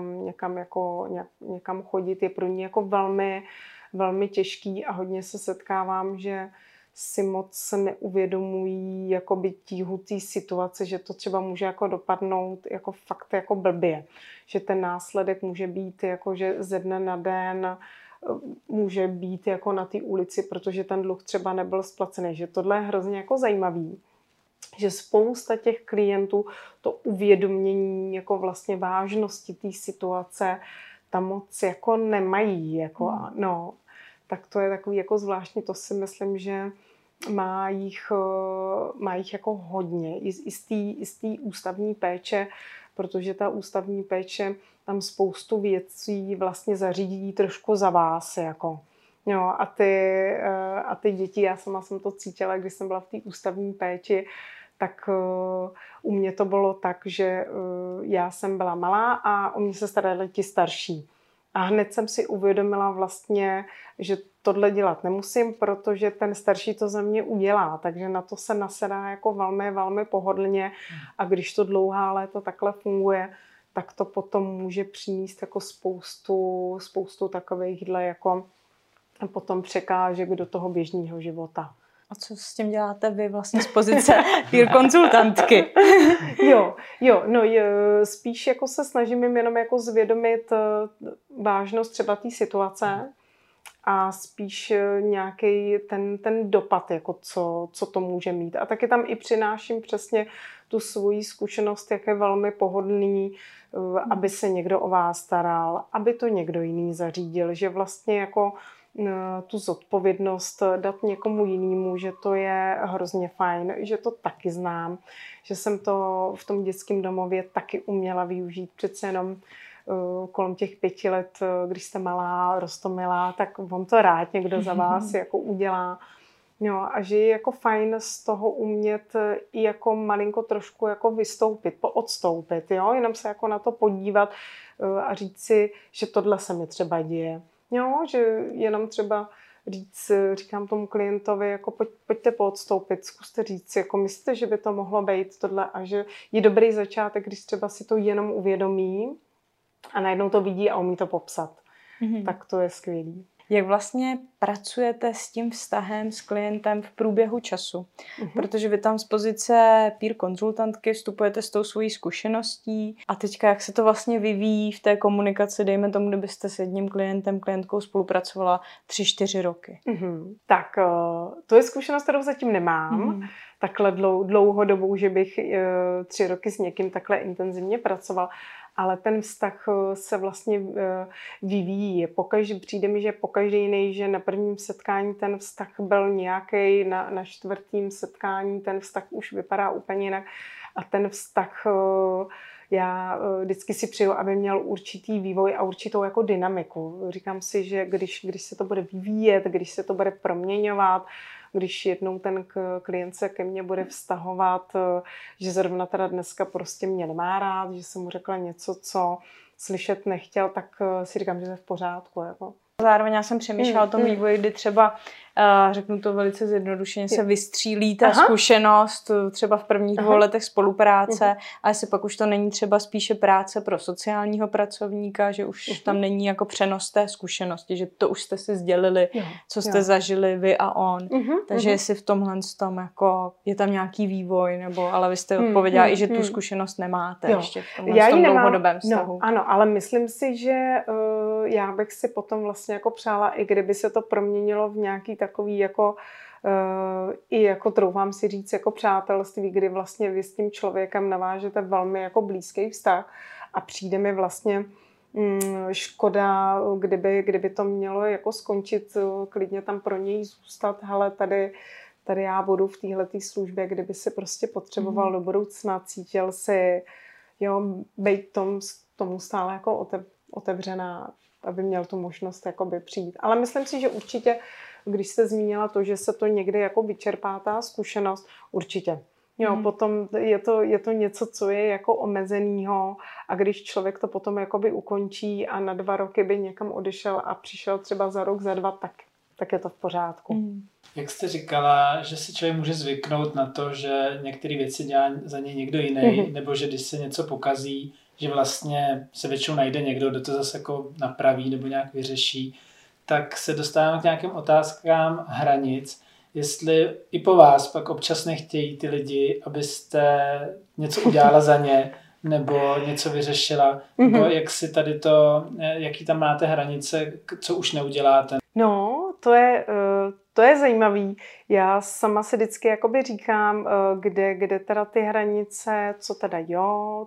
někam chodit je pro ně jako velmi těžký a hodně se setkávám, že si moc neuvědomují jakoby tíhu té situace, že to třeba může jako dopadnout jako fakt jako blbě. Že ten následek může být jako, že ze dne na den může být jako na té ulici, protože ten dluh třeba nebyl splacený. Že tohle je hrozně jako zajímavý. Že spousta těch klientů to uvědomění jako vlastně vážnosti té situace tam moc jako nemají. Jako, no, tak to je takový jako zvláštní, to si myslím, že má jich jako hodně. I z té ústavní péče, protože ta ústavní péče tam spoustu věcí vlastně zařídí trošku za vás. Jako. Jo, a ty děti, já sama jsem to cítila, když jsem byla v té ústavní péči, tak u mě to bylo tak, že já jsem byla malá a o mě se starali ti starší. A hned jsem si uvědomila vlastně, že tohle dělat nemusím, protože ten starší to za mě udělá. Takže na to se nasedá jako velmi pohodlně. A když to dlouhá léta takhle funguje, tak to potom může přinést jako spoustu takovýchhle jako potom překážek do toho běžného života. A co s tím děláte vy vlastně z pozice peer konzultantky? Spíš jako se snažím jim jenom jako zvědomit vážnost třeba té situace a spíš nějaký ten dopad, jako co to může mít. A taky tam i přináším přesně tu svoji zkušenost, jak je velmi pohodlný, aby se někdo o vás staral, aby to někdo jiný zařídil, že vlastně jako tu zodpovědnost dát někomu jinému, že to je hrozně fajn, že to taky znám, že jsem to v tom dětském domově taky uměla využít. Přece jenom kolem těch 5 let, když jste malá, roztomilá, tak on to rád někdo za vás jako udělá. No, a že je jako fajn z toho umět i jako malinko trošku jako vystoupit, poodstoupit, jo? Jenom se jako na to podívat a říct si, že tohle se mi třeba děje. Jo, že jenom třeba říct, říkám tomu klientovi, jako pojďte poodstoupit, zkuste říct, jako myslíte, že by to mohlo být tohle a že je dobrý začátek, když třeba si to jenom uvědomí a najednou to vidí a umí to popsat. Tak to je skvělý. Jak vlastně pracujete s tím vztahem s klientem v průběhu času? Protože vy tam z pozice peer konzultantky vstupujete s tou svojí zkušeností a teďka jak se to vlastně vyvíjí v té komunikaci, dejme tomu, kdybyste s jedním klientkou spolupracovala 3-4 roky. Tak to je zkušenost, kterou zatím nemám. Takhle dlouhodobou, že bych 3 roky s někým takhle intenzivně pracoval. Ale ten vztah se vlastně vyvíjí. Přijde mi, že pokaždé jiný, že na prvním setkání ten vztah byl nějaký, na 4. setkání ten vztah už vypadá úplně jinak. A ten vztah já vždycky si přeju, aby měl určitý vývoj a určitou jako dynamiku. Říkám si, že když se to bude vyvíjet, když se to bude proměňovat, když jednou ten klient se ke mně bude vztahovat, že zrovna teda dneska prostě mě nemá rád, že jsem mu řekla něco, co slyšet nechtěl, tak si říkám, že to je v pořádku. Jako. Zároveň já jsem přemýšlela o tom vývoji, kdy třeba, řeknu to velice zjednodušeně, se vystřílí ta zkušenost třeba v prvních 2 letech spolupráce a jestli pak už to není třeba spíše práce pro sociálního pracovníka, že už tam není jako přenos té zkušenosti, že to už jste si sdělili, co jste zažili vy a on. Takže jestli v tomhle tom jako je tam nějaký vývoj, nebo ale vy jste odpověděla i, že tu zkušenost nemáte ještě v tom dlouhodobém vztahu. No, ano, ale myslím si, že já bych si potom vlastně jako přála, i kdyby se to proměnilo v nějaký takový jako i jako troufám si říct jako přátelství, kdy vlastně vy s tím člověkem navážete velmi jako blízký vztah a přijde mi vlastně škoda, kdyby to mělo jako skončit, klidně tam pro něj zůstat, hele, tady já budu v téhletý službě, kdyby si prostě potřeboval do budoucna, cítil si, jo, být tomu stále jako otevřená, aby měl tu možnost jakoby přijít. Ale myslím si, že určitě, když jste zmínila to, že se to někdy jako vyčerpá ta zkušenost, určitě. Jo, potom je to něco, co je jako omezenýho a když člověk to potom jakoby ukončí a na 2 roky by někam odešel a přišel třeba za rok, za 2, tak je to v pořádku. Jak jste říkala, že si člověk může zvyknout na to, že některé věci dělá za něj někdo jiný, nebo že když se něco pokazí, že vlastně se většinou najde někdo, kdo to zase jako napraví nebo nějak vyřeší, tak se dostáváme k nějakým otázkám hranic. Jestli i po vás pak občas nechtějí ty lidi, abyste něco udělala za ně, nebo něco vyřešila, nebo jak si tady to, jaký tam máte hranice, co už neuděláte? No, to je zajímavý. Já sama si vždycky jakoby říkám, kde teda ty hranice, co teda jo,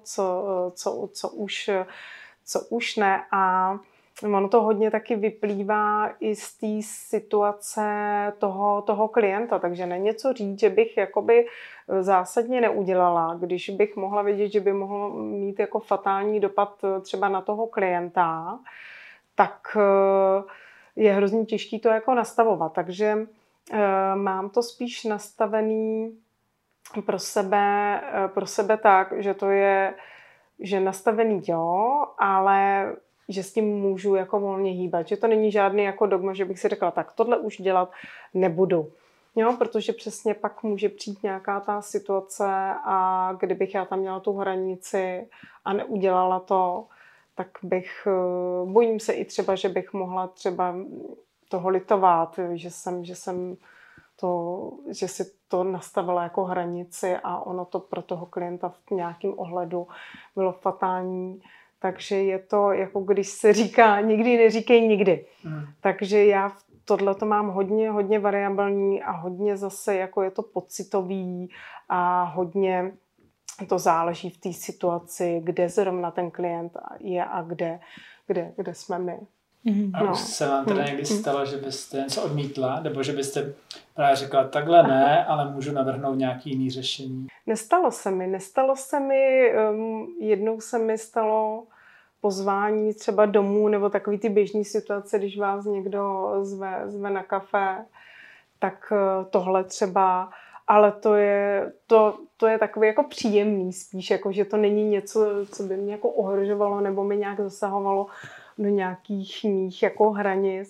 co už ne. A ono to hodně taky vyplývá i z té situace toho klienta, takže není co říct, že bych jakoby zásadně neudělala, když bych mohla vědět, že by mohlo mít jako fatální dopad třeba na toho klienta, tak je hrozně těžké to jako nastavovat. Takže mám to spíš nastavený pro sebe tak, že to je, že nastavený jo, ale že s tím můžu jako volně hýbat. Že to není žádný jako dogma, že bych si řekla, tak tohle už dělat nebudu. Jo, protože přesně pak může přijít nějaká ta situace a kdybych já tam měla tu hranici a neudělala to, tak bojím se i třeba, že bych mohla třeba toho litovat, že si to nastavila jako hranici a ono to pro toho klienta v nějakém ohledu bylo fatální. Takže je to, jako když se říká, nikdy neříkej nikdy. Takže já tohle to mám hodně variabilní a hodně zase jako je to pocitový a hodně to záleží v té situaci, kde zrovna ten klient je a kde jsme my. A už se vám teda někdy stalo, že byste něco odmítla, nebo že byste právě řekla, takhle ne, ale můžu navrhnout nějaký jiný řešení? Nestalo se mi, jednou se mi stalo pozvání třeba domů, nebo takový ty běžný situace, když vás někdo zve na kafe, tak tohle třeba, ale to je takový jako příjemný spíš, jako že to není něco, co by mě jako ohrožovalo nebo mi nějak zasahovalo do nějakých mých jako hranic.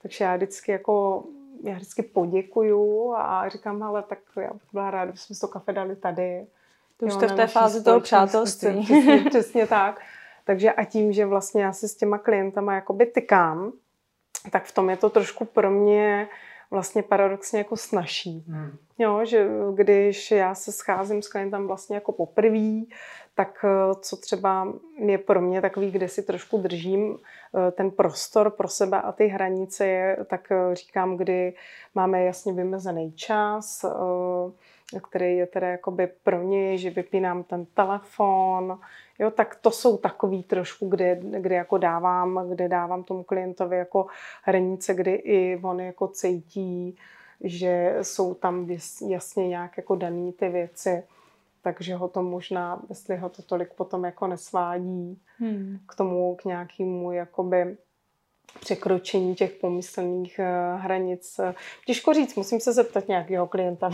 Takže já vždycky poděkuju a říkám, ale tak já bych byla ráda, kdybychom si to kafe dali tady. To už jste v té fázi toho přátelství. Přesně tak. Takže a tím, že vlastně já si s těma klientama jakoby tykám, tak v tom je to trošku pro mě vlastně paradoxně jako snazší. Jo, že když já se scházím s klientem vlastně jako poprvé, tak co třeba je pro mě takový, kde si trošku držím ten prostor pro sebe a ty hranice je, tak říkám, kdy máme jasně vymezený čas, který je teda jakoby pro něj, že vypínám ten telefon, jo, tak to jsou takový trošku, kde jako dávám tomu klientovi jako hranice, kdy i on jako cítí, že jsou tam jasně nějak jako daný ty věci, takže ho to možná, jestli ho to tolik potom jako nesvádí k nějakému jakoby překročení těch pomyslných hranic. Těžko říct, musím se zeptat nějakého klienta.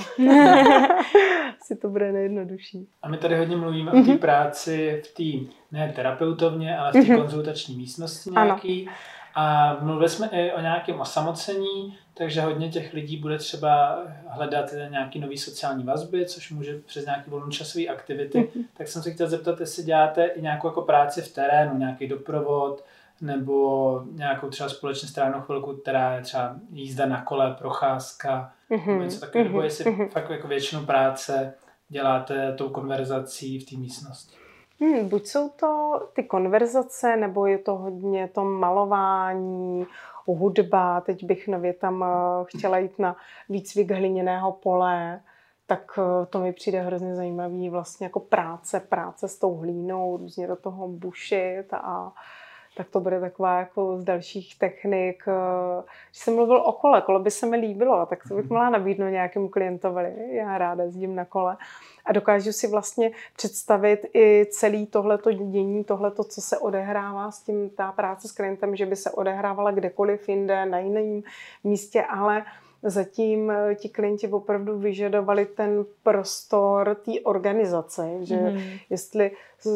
Si to bude nejjednodušší. A my tady hodně mluvíme o té práci v té, ne terapeutovně, ale v té konzultační místnosti nějaký. Ano. A mluvili jsme i o nějakém osamocení, takže hodně těch lidí bude třeba hledat nějaký nový sociální vazby, což může přes nějaké volnočasové aktivity. Tak jsem se chtěl zeptat, jestli děláte i nějakou jako práci v terénu, nějaký doprovod, nebo nějakou třeba společně strávnou chvilku, která je třeba jízda na kole, procházka, nebo něco takového, nebo jestli fakt jako většinu práce děláte tou konverzací v té místnosti. Buď jsou to ty konverzace, nebo je to hodně to malování, hudba. Teď bych nově tam chtěla jít na výcvik hliněného pole, tak to mi přijde hrozně zajímavý vlastně jako práce s tou hlínou, různě do toho bušit a tak to bude taková jako z dalších technik. Když jsem mluvil o kolo by se mi líbilo, tak to bych mohla nabídnout nějakému klientovi. Já ráda jezdím na kole. A dokážu si vlastně představit i celý tohleto dění, tohleto, co se odehrává s tím, ta práce s klientem, že by se odehrávala kdekoliv jinde, na jiném místě, ale zatím ti klienti opravdu vyžadovali ten prostor té organizace, že jestli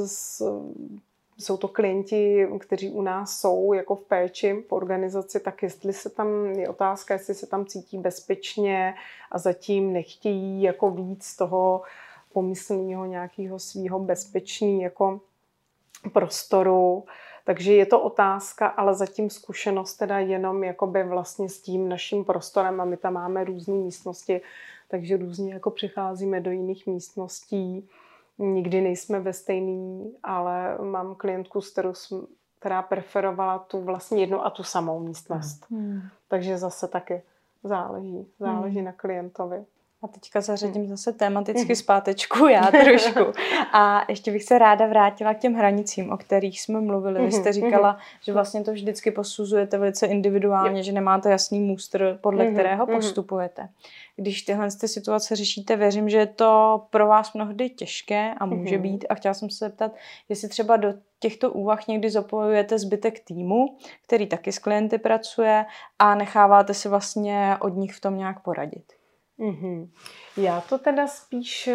jsou to klienti, kteří u nás jsou jako v péči po organizaci, tak jestli se tam, je otázka, jestli se tam cítí bezpečně a zatím nechtějí jako víc toho pomyslného nějakého svého bezpečného jako prostoru. Takže je to otázka, ale zatím zkušenost teda jenom jakoby vlastně s tím naším prostorem a my tam máme různé místnosti, takže různě jako přecházíme do jiných místností. Nikdy nejsme ve stejný, ale mám klientku, která preferovala tu vlastně jednu a tu samou místnost. Takže zase taky záleží na klientovi. A teďka zařadím zase tematicky zpátečku já trošku. A ještě bych se ráda vrátila k těm hranicím, o kterých jsme mluvili. Vy jste říkala, že vlastně to vždycky posuzujete velice individuálně, že nemáte jasný mustr, podle kterého postupujete. Když tyhle situace řešíte, věřím, že je to pro vás mnohdy těžké a může být. A chtěla jsem se zeptat, jestli třeba do těchto úvah někdy zapojujete zbytek týmu, který taky s klienty pracuje a necháváte si vlastně od nich v tom nějak poradit. Já to teda spíš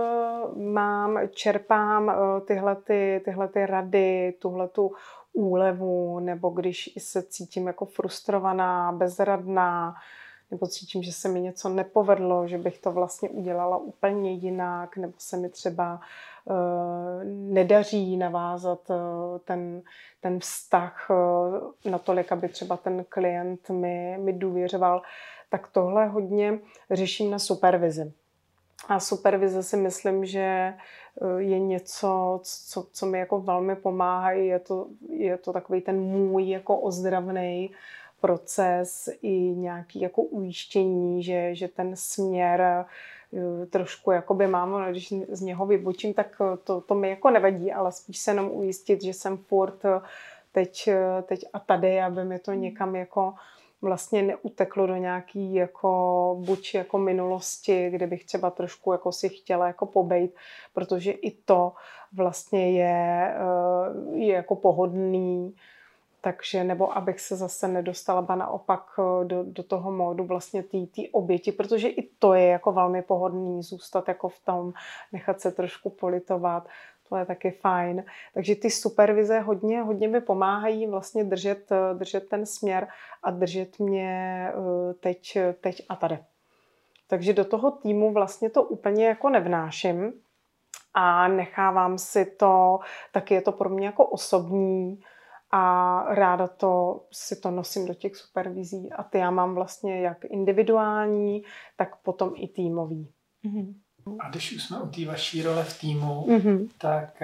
čerpám tyhle rady, tuhletu úlevu, nebo když se cítím jako frustrovaná, bezradná, nebo cítím, že se mi něco nepovedlo, že bych to vlastně udělala úplně jinak, nebo se mi třeba nedaří navázat ten vztah natolik, aby třeba ten klient mi důvěřoval, tak tohle hodně řeším na supervizi. A supervize si myslím, že je něco, co mi jako velmi pomáhá. Je to takový ten můj jako ozdravný proces i nějaký jako ujištění, že ten směr trošku jakoby mám, ale když z něho vybočím, tak to mi jako nevadí, ale spíš se jenom ujistit, že jsem furt teď a tady, aby mi to někam jako vlastně neuteklo do nějaký jako buď jako minulosti, kde bych třeba trošku jako si chtěla jako pobejt, protože i to vlastně je jako pohodlný, takže nebo abych se zase nedostala ba naopak do toho módu vlastně té oběti, protože i to je jako velmi pohodlný zůstat jako v tom, nechat se trošku politovat. To je taky fajn. Takže ty supervize hodně mi pomáhají vlastně držet ten směr a držet mě teď a tady. Takže do toho týmu vlastně to úplně jako nevnáším a nechávám si to, taky je to pro mě jako osobní a ráda si to nosím do těch supervizí a ty já mám vlastně jak individuální, tak potom i týmový. Mm-hmm. A když už jsme u té vaší role v týmu, tak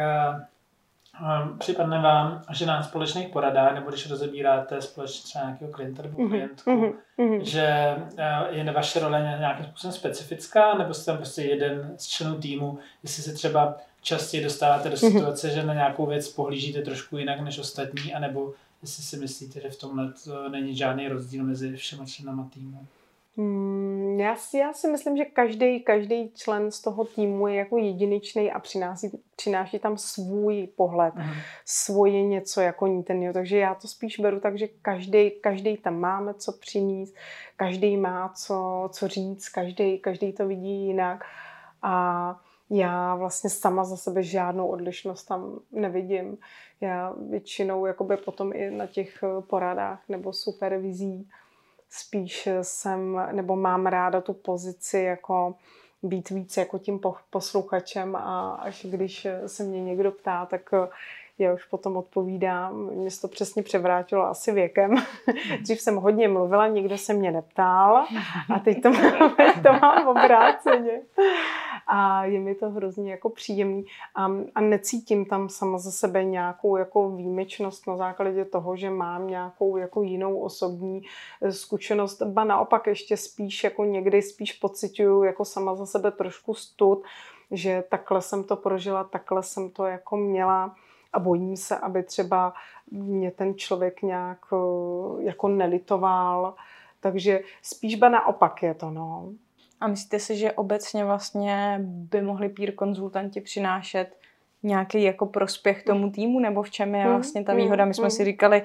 připadne vám, že na společných poradách, nebo když rozebíráte společně třeba nějakého klienta nebo klientku, že je vaše role nějakým způsobem specifická, nebo jste tam prostě jeden z členů týmu, jestli se třeba častěji dostáváte do situace, že na nějakou věc pohlížíte trošku jinak než ostatní, anebo jestli si myslíte, že v tomhle není žádný rozdíl mezi všema členama týmu? Já si myslím, že každý člen z toho týmu je jako jedinečný a přináší tam svůj pohled, svoje něco jako ten. Takže já to spíš beru tak, že každý tam máme co přinést, každý má co říct, každý to vidí jinak a já vlastně sama za sebe žádnou odlišnost tam nevidím. Já většinou jakoby potom i na těch poradách nebo supervizí spíš nebo mám ráda tu pozici jako být víc jako tím posluchačem a až když se mě někdo ptá, tak já už potom odpovídám. Mě se to přesně převrátilo asi věkem. Dřív jsem hodně mluvila, nikdo se mě neptal a teď to mám obráceně. A je mi to hrozně jako příjemný a necítím tam sama za sebe nějakou jako výjimečnost na základě toho, že mám nějakou jako jinou osobní zkušenost. Ba naopak ještě spíš jako někdy spíš pociťuju jako sama za sebe trošku stud, že takhle jsem to prožila, takhle jsem to jako měla a bojím se, aby třeba mě ten člověk nějak jako nelitoval. Takže spíš ba naopak je to, no. A myslíte si, že obecně vlastně by mohli peer konzultanti přinášet nějaký jako prospěch tomu týmu, nebo v čem je vlastně ta výhoda? My jsme si říkali,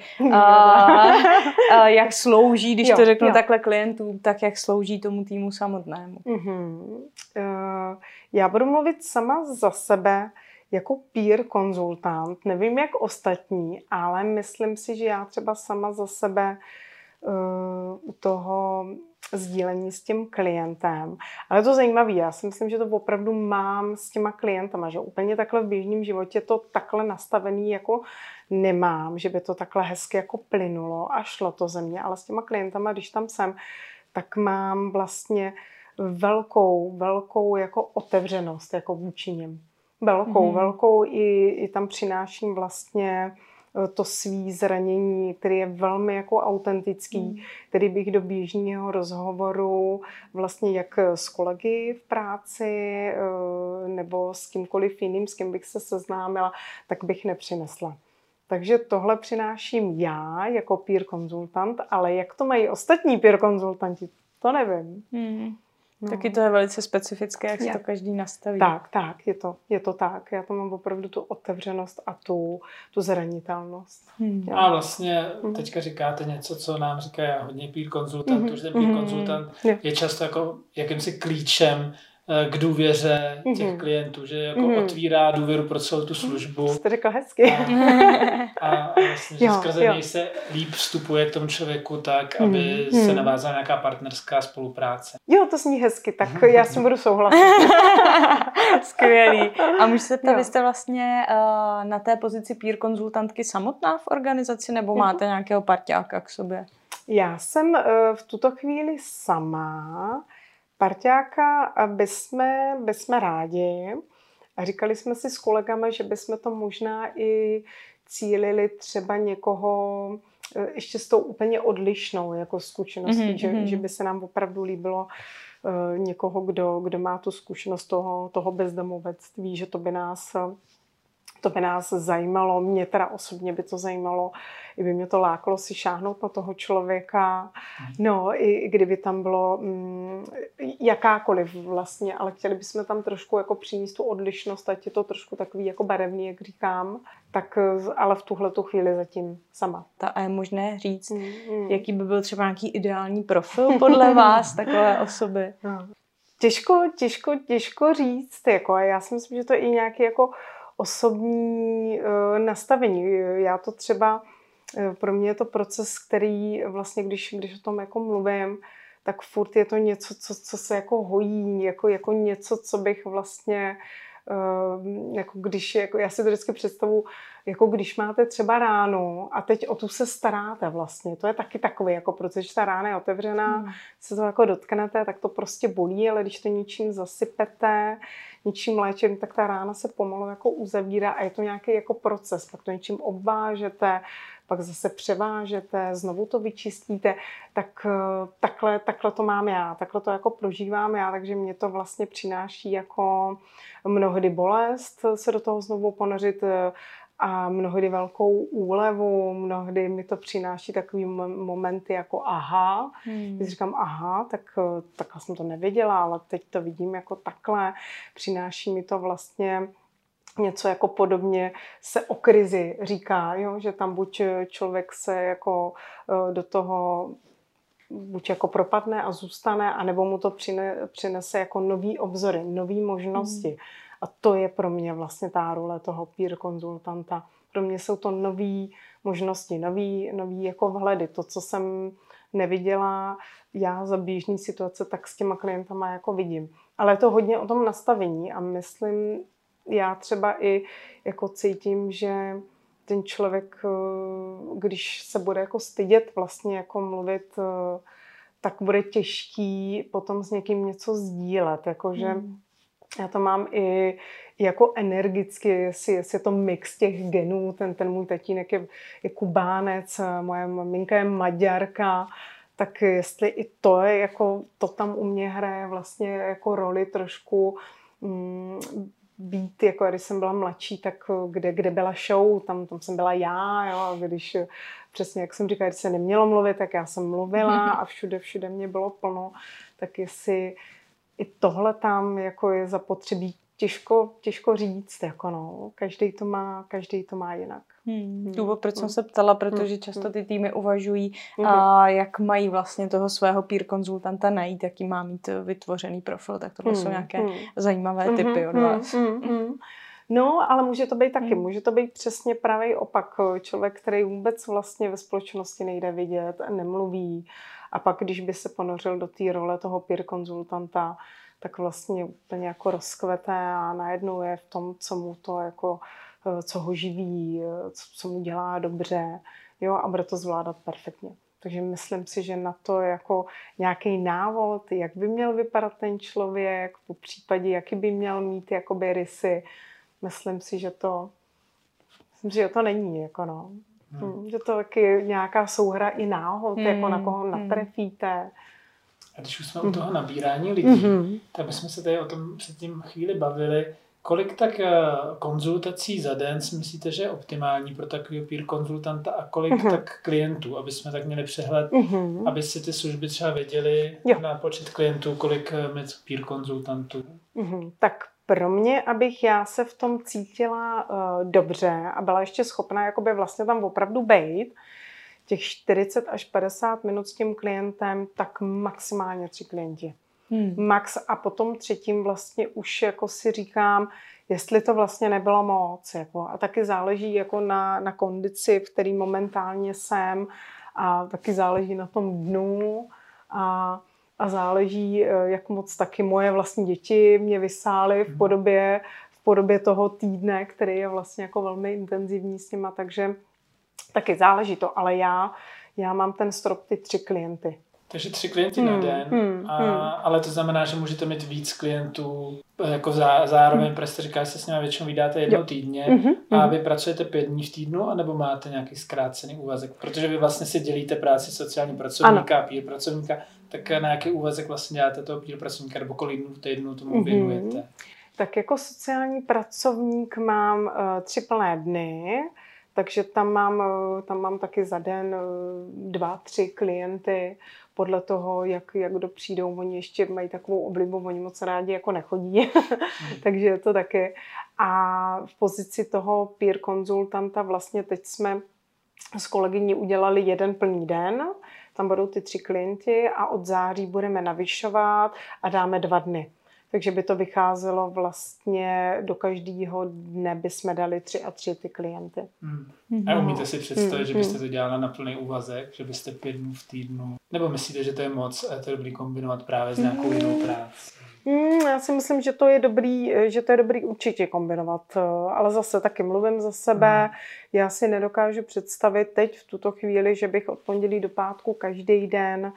jak slouží, když to řeknu takhle klientům, tak jak slouží tomu týmu samotnému. Já budu mluvit sama za sebe jako peer konzultant. Nevím, jak ostatní, ale myslím si, že já třeba sama za sebe u toho sdílení s tím klientem. Ale to zajímavé, já si myslím, že to opravdu mám s těma klientama, že úplně takhle v běžném životě to takhle nastavený jako nemám, že by to takhle hezky jako plynulo a šlo to ze mě, ale s těma klientama, když tam jsem, tak mám vlastně velkou jako otevřenost jako vůči nim. Velkou i tam přináším vlastně to svý zranění, který je velmi jako autentický, který bych do běžného rozhovoru vlastně jak s kolegy v práci nebo s kýmkoliv jiným, s kým bych se seznámila, tak bych nepřinesla. Takže tohle přináším já jako peer konzultant, ale jak to mají ostatní peer konzultanti, to nevím. No. Taky to je velice specifické, jak si to každý nastaví. Tak, je to tak. Já to mám opravdu tu otevřenost a tu zranitelnost. A vlastně teďka říkáte něco, co nám říká hodně peer konzultantů, že ten peer konzultant je často jako jakýmsi klíčem k důvěře těch klientů, že jako otvírá důvěru pro celou tu službu. Jste řekl hezky. A vlastně, že skrze něj se líp vstupuje k tomu člověku tak, aby se navázala nějaká partnerská spolupráce. Jo, to zní hezky, tak já s tím budu souhlasit. Skvělý. A můžu se ptát, vy jste vlastně na té pozici peer konzultantky samotná v organizaci, nebo máte nějakého parťáka k sobě? Já jsem v tuto chvíli sama. Parťáka bychom rádi a říkali jsme si s kolegama, že bychom to možná i cílili třeba někoho ještě s tou úplně odlišnou jako zkušeností, že by se nám opravdu líbilo někoho, kdo má tu zkušenost toho bezdomovectví, že to by nás zajímalo, mě teda osobně by to zajímalo, i by mě to lákalo si šáhnout na toho člověka, no i kdyby tam bylo jakákoliv vlastně, ale chtěli bychom tam trošku jako přinést tu odlišnost, ať je to trošku takový jako barevný, jak říkám, tak ale v tuhletu chvíli zatím sama. A je možné říct, jaký by byl třeba nějaký ideální profil podle vás takové osoby? No. Těžko říct, jako, a já si myslím, že to je i nějaký jako osobní nastavení. Já to třeba, pro mě je to proces, který vlastně, když o tom jako mluvím, tak furt je to něco, co se jako hojí, jako něco, co bych vlastně, jako když, jako já si to vždycky představu, jako když máte třeba ránu a teď o tu se staráte vlastně. To je taky takový jako proces, že ta rána je otevřená, se to jako dotknete, tak to prostě bolí, ale když to něčím zasypete, něčím léčím, tak ta rána se pomalu jako uzavírá a je to nějaký jako proces. Pak to něčím obvážete, pak zase převážete, znovu to vyčistíte, tak takhle to mám já, takhle to jako prožívám já, takže mě to vlastně přináší jako mnohdy bolest se do toho znovu ponořit a mnohdy velkou úlevu, mnohdy mi to přináší takový momenty jako aha, když říkám aha, takhle jsem to neviděla, ale teď to vidím jako takhle, přináší mi to vlastně něco jako podobně se o krizi říká, jo? Že tam buď člověk se jako do toho buď jako propadne a zůstane, anebo mu to přinese jako nový obzory, nový možnosti. A to je pro mě vlastně ta role toho peer konzultanta. Pro mě jsou to nový možnosti, nový jako vhledy. To, co jsem neviděla já za běžný situace, tak s těma klientama jako vidím. Ale je to hodně o tom nastavení a myslím, já třeba i jako cítím, že ten člověk, když se bude jako stydět vlastně jako mluvit, tak bude těžký potom s někým něco sdílet. Jakože já to mám i jako energicky, jestli je to mix těch genů, ten můj tatínek je Kubánec, moje maminka je Maďarka, tak jestli i to je jako, to tam u mě hraje vlastně jako roli trošku být, jako když jsem byla mladší, tak kde byla show, tam jsem byla já, jo, a když přesně, jak jsem říkala, když se nemělo mluvit, tak já jsem mluvila a všude mě bylo plno, tak jestli i tohle tam jako je zapotřebí těžko říct, jako no, každý to má jinak. Důvod, proč jsem se ptala, protože často ty týmy uvažují, jak mají vlastně toho svého peer konzultanta najít, jaký má mít vytvořený profil, tak tohle jsou nějaké zajímavé tipy od vás. No, ale může to být taky, může to být přesně pravý opak. Člověk, který vůbec vlastně ve společnosti nejde vidět, nemluví a pak, když by se ponořil do té role toho peer konzultanta, tak vlastně úplně jako rozkvete a najednou je v tom, co mu to jako, co ho živí, co mu dělá dobře, jo, a bude to zvládat perfektně. Takže myslím si, že na to jako nějaký návod, jak by měl vypadat ten člověk, po případě, jaký by měl mít jakoby rysy, myslím si, že to není, jako no. Že to taky nějaká souhra i náhod, jako na koho natrefíte. A když už jsme u toho nabírání lidí, tak bychom se tady o tom předtím chvíli bavili. Kolik tak konzultací za den si myslíte, že je optimální pro takového peer konzultanta a kolik tak klientů, aby jsme tak měli přehled, aby si ty služby třeba věděli na počet klientů, kolik mít peer konzultantů? Tak pro mě, abych já se v tom cítila dobře a byla ještě schopná jakoby vlastně tam opravdu bejt, těch 40 až 50 minut s tím klientem, tak maximálně 3 klienti. Max a potom třetím vlastně už jako si říkám, jestli to vlastně nebylo moc. Jako. A taky záleží jako na kondici, v který momentálně jsem a taky záleží na tom dnu a záleží, jak moc taky moje vlastní děti mě vysály v podobě toho týdne, který je vlastně jako velmi intenzivní s nima, takže taky záleží to, ale já mám ten strop ty 3 klienty. Takže 3 klienty na den, ale to znamená, že můžete mít víc klientů, jako zároveň, protože jste říká, že se s nimi většinou vydáte jednou týdně a vy pracujete 5 dní v týdnu, anebo máte nějaký zkrácený úvazek, protože vy vlastně si dělíte práci sociální pracovníka a peer pracovníka, tak na jaký úvazek vlastně děláte toho peer pracovníka, nebo kolik dnů v týdnu tomu věnujete? Tak jako sociální pracovník mám 3 plné dny, takže tam mám taky za den 2-3 klienty, podle toho, jak kdo přijdou. Oni ještě mají takovou oblibu, oni moc rádi jako nechodí, takže je to taky. A v pozici toho peer konzultanta vlastně teď jsme s kolegyní udělali 1 plný den, tam budou ty 3 klienti a od září budeme navyšovat a dáme 2 dny. Takže by to vycházelo vlastně do každého dne bychom dali 3 a 3 ty klienty. A umíte si představit, že byste to dělala na plný úvazek, že byste 5 dnů v týdnu? Nebo myslíte, že to je moc a je to dobrý kombinovat právě s nějakou jinou práci? Já si myslím, že to je dobrý určitě kombinovat, ale zase taky mluvím za sebe. Já si nedokážu představit teď v tuto chvíli, že bych od pondělí do pátku každý den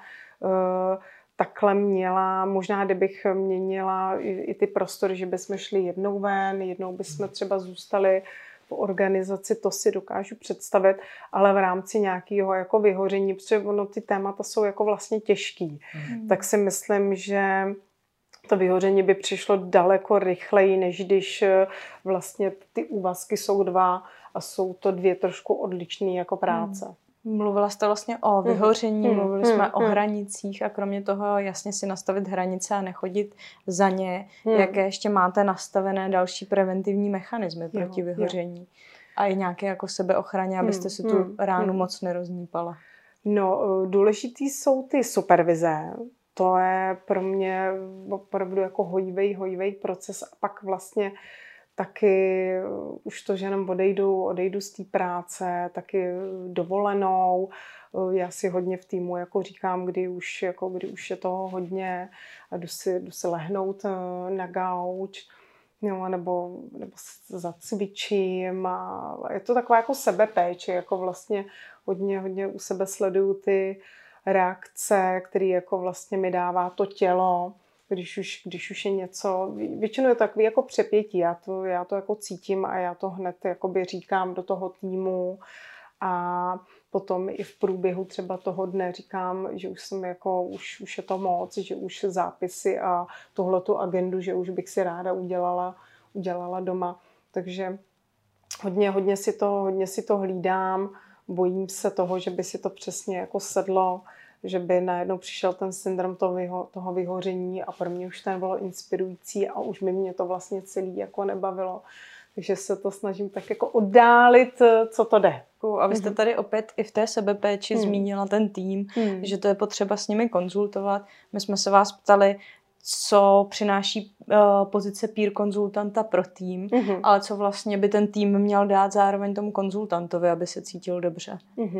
takhle měla, možná kdybych měnila i ty prostory, že bychom šli jednou ven, jednou bychom třeba zůstali v organizaci, to si dokážu představit, ale v rámci nějakého jako vyhoření, protože ono ty témata jsou jako vlastně těžký, tak si myslím, že to vyhoření by přišlo daleko rychleji, než když vlastně ty úvazky jsou 2 a jsou to 2 trošku odlišné jako práce. Mluvila jste vlastně o vyhoření, mluvili jsme o hranicích a kromě toho jasně si nastavit hranice a nechodit za ně. Jaké ještě máte nastavené další preventivní mechanismy proti vyhoření? A i nějaké jako sebeochraně, abyste si tu ránu moc neroznípala? No, důležitý jsou ty supervize. To je pro mě opravdu jako hojivej proces a pak vlastně taky už to, že jenom odejdu z té práce, taky dovolenou. Já si hodně v týmu jako říkám, kdy už je toho hodně a jdu si lehnout na gauč, nebo zacvičím a je to taková jako sebepéče, jako vlastně hodně u sebe sleduju ty reakce, které jako vlastně mi dává to tělo, když už je něco, většinou je to takový jako přepětí, já to jako cítím a já to hned jakoby říkám do toho týmu a potom i v průběhu třeba toho dne říkám, že už jsem jako, už je to moc, že už zápisy a tuhletu agendu, že už bych si ráda udělala doma, takže hodně si to hlídám, bojím se toho, že by si to přesně jako sedlo, že by najednou přišel ten syndrom toho vyhoření a pro mě už ten bylo inspirující a už by mě to vlastně celý jako nebavilo. Takže se to snažím tak jako oddálit, co to jde. A vy jste tady opět i v té sebepéči zmínila ten tým, že to je potřeba s nimi konzultovat. My jsme se vás ptali, co přináší pozice peer konzultanta pro tým, ale co vlastně by ten tým měl dát zároveň tomu konzultantovi, aby se cítil dobře.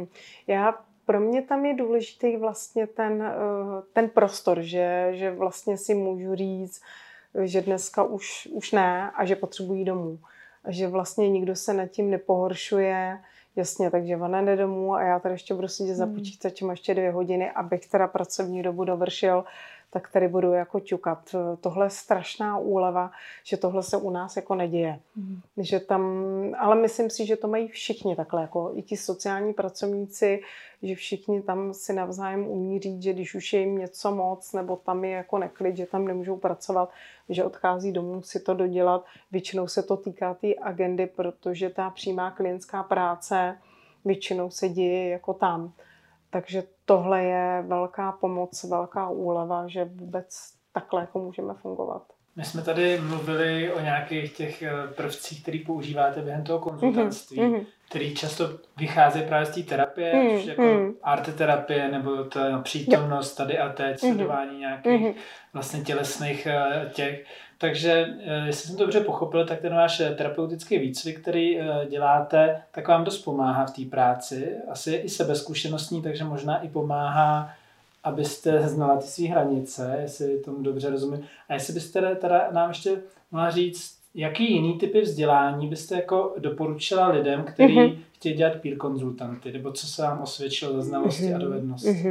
Pro mě tam je důležitý vlastně ten prostor, že vlastně si můžu říct, že dneska už ne a že potřebují domů. A že vlastně nikdo se nad tím nepohoršuje. Jasně, takže ona jde domů a já tady ještě budu sedět za počítačem ještě 2 hodiny, abych teda pracovní dobu dovršil, tak tady budu jako ťukat. Tohle je strašná úleva, že tohle se u nás jako neděje. Že tam, ale myslím si, že to mají všichni takhle, jako i ti sociální pracovníci, že všichni tam si navzájem umí říct, že když už je jim něco moc, nebo tam je jako neklid, že tam nemůžou pracovat, že odchází domů si to dodělat. Většinou se to týká té agendy, protože ta přímá klientská práce většinou se děje jako tam. Takže tohle je velká pomoc, velká úleva, že vůbec takhle jako můžeme fungovat. My jsme tady mluvili o nějakých těch prvcích, který používáte během toho konzultantství, který často vycházejí právě z té terapie, jako arteterapie, nebo ta přítomnost tady a teď, sledování nějakých vlastně tělesných těch. Takže jestli jsem to dobře pochopil, tak ten váš terapeutický výcvik, který děláte, tak vám dost pomáhá v té práci. Asi je i sebezkušenostní, takže možná i pomáhá, abyste znala ty své hranice, jestli tomu dobře rozumím. A jestli byste teda nám ještě mohla říct, jaký jiný typy vzdělání byste jako doporučila lidem, kteří chtějí dělat peer konzultanty, nebo co se vám osvědčilo za znalosti a dovednosti?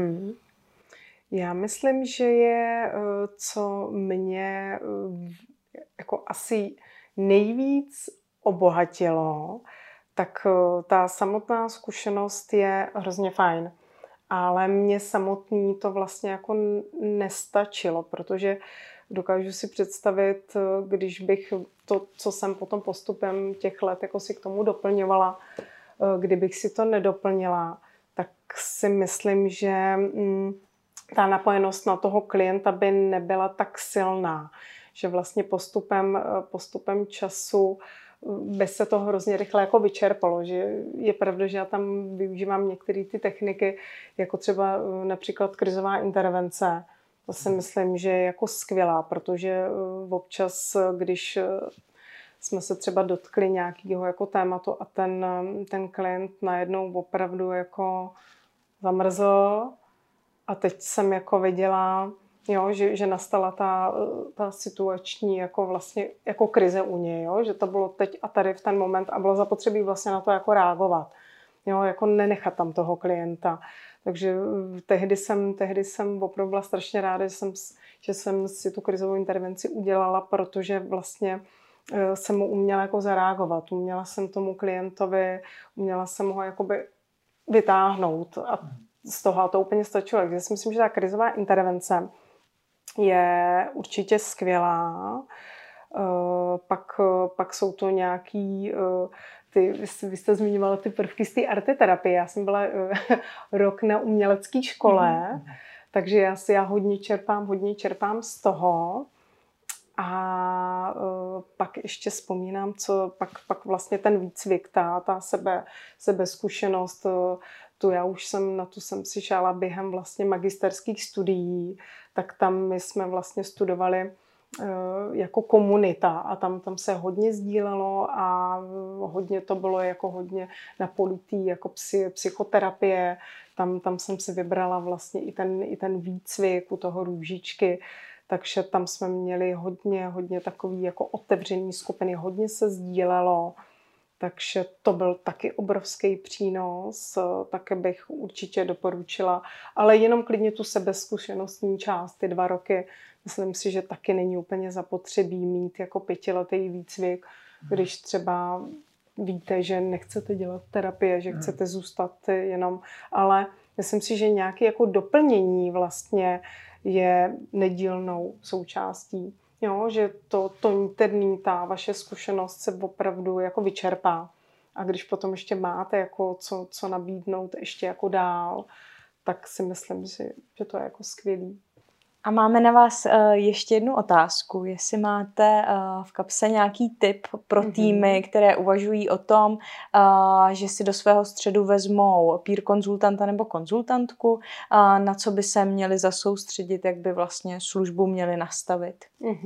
Já myslím, že je, co mě jako asi nejvíc obohatilo, tak ta samotná zkušenost je hrozně fajn. Ale mě samotný to vlastně jako nestačilo, protože dokážu si představit, když bych to, co jsem potom postupem těch let jako si k tomu doplňovala, kdybych si to nedoplnila, tak si myslím, že ta napojenost na toho klienta by nebyla tak silná, že vlastně postupem času by se to hrozně rychle jako vyčerpalo, že je pravda, že já tam využívám některé ty techniky, jako třeba například krizová intervence. To si myslím, že je jako skvělá, protože občas, když jsme se třeba dotkli nějakého jako tématu a ten klient najednou opravdu jako zamrzl a teď jsem jako viděla, jo, že nastala ta situační jako vlastně jako krize u něj, jo, že to bylo teď a tady v ten moment a bylo zapotřebí vlastně na to jako reagovat, jo, jako nenechat tam toho klienta. Takže tehdy jsem opravdu byla strašně ráda, že jsem si tu krizovou intervenci udělala, protože vlastně jsem mu uměla jako zareagovat. Uměla jsem tomu klientovi, uměla jsem ho jakoby vytáhnout a z toho to úplně stačilo. Takže si myslím, že ta krizová intervence je určitě skvělá. Pak jsou to nějaký... Vy jste zmiňovala ty prvky z té arteterapie. Já jsem byla rok na umělecké škole, takže já hodně čerpám z toho. A pak ještě vzpomínám, co pak vlastně ten výcvik, ta sebezkušenost, na tu jsem si šála během vlastně magisterských studií, tak tam my jsme vlastně studovali jako komunita a tam se hodně sdílelo a hodně to bylo jako hodně napolitý jako psychoterapie. Tam jsem si vybrala vlastně i ten výcvik u toho Růžičky, takže tam jsme měli hodně takový jako otevřený skupiny, hodně se sdílelo, takže to byl taky obrovský přínos, také bych určitě doporučila, ale jenom klidně tu sebezkušenostní část, ty 2 roky, myslím si, že taky není úplně zapotřebí mít jako 5letý výcvik, když třeba víte, že nechcete dělat terapie, že chcete zůstat jenom, ale myslím si, že nějaké jako doplnění vlastně je nedílnou součástí. Jo, že to interní, ta vaše zkušenost se opravdu jako vyčerpá. A když potom ještě máte jako co nabídnout ještě jako dál, tak si myslím, že to je jako skvělý. A máme na vás ještě jednu otázku. Jestli máte v kapse nějaký tip pro týmy, které uvažují o tom, že si do svého středu vezmou peer konzultanta nebo konzultantku, na co by se měli zasoustředit, jak by vlastně službu měli nastavit.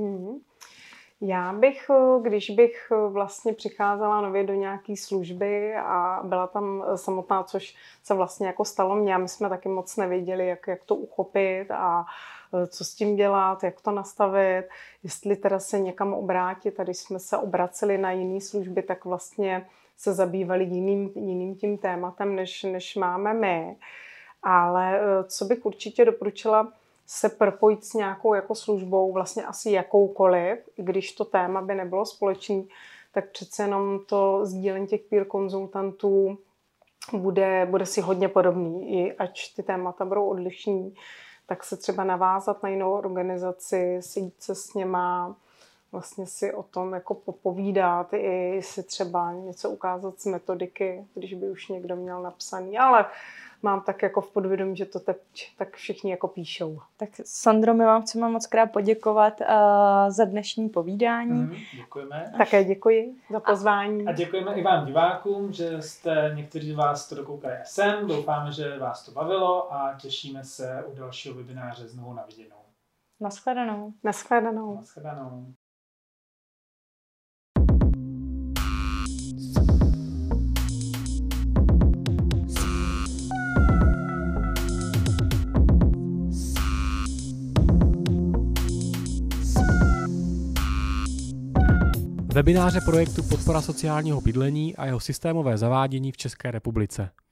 Já bych, když bych vlastně přicházela nově do nějaké služby a byla tam samotná, což se vlastně jako stalo mně, a my jsme taky moc nevěděli, jak to uchopit a co s tím dělat, jak to nastavit, jestli teda se někam obrátit. A když jsme se obraceli na jiné služby, tak vlastně se zabývali jiným tím tématem, než máme my. Ale co bych určitě doporučila, se propojit s nějakou jako službou, vlastně asi jakoukoliv, když to téma by nebylo společný, tak přece jenom to sdílení těch peer konzultantů bude si hodně podobný. I ať ty témata budou odlišní, tak se třeba navázat na jinou organizaci, sejít se s něma, vlastně si o tom jako popovídat, i si třeba něco ukázat z metodiky, když by už někdo měl napsaný, ale mám tak jako v podvědomí, že to teď tak všichni jako píšou. Tak Sandro, my vám chceme moc krát poděkovat za dnešní povídání. Děkujeme. Také děkuji za pozvání. A děkujeme i vám divákům, že jste někteří z vás to dokoukali sem. Doufáme, že vás to bavilo a těšíme se u dalšího webináře znovu na viděnou. Naschledanou. Naschledanou. Naschledanou. Webináře projektu Podpora sociálního bydlení a jeho systémové zavádění v České republice.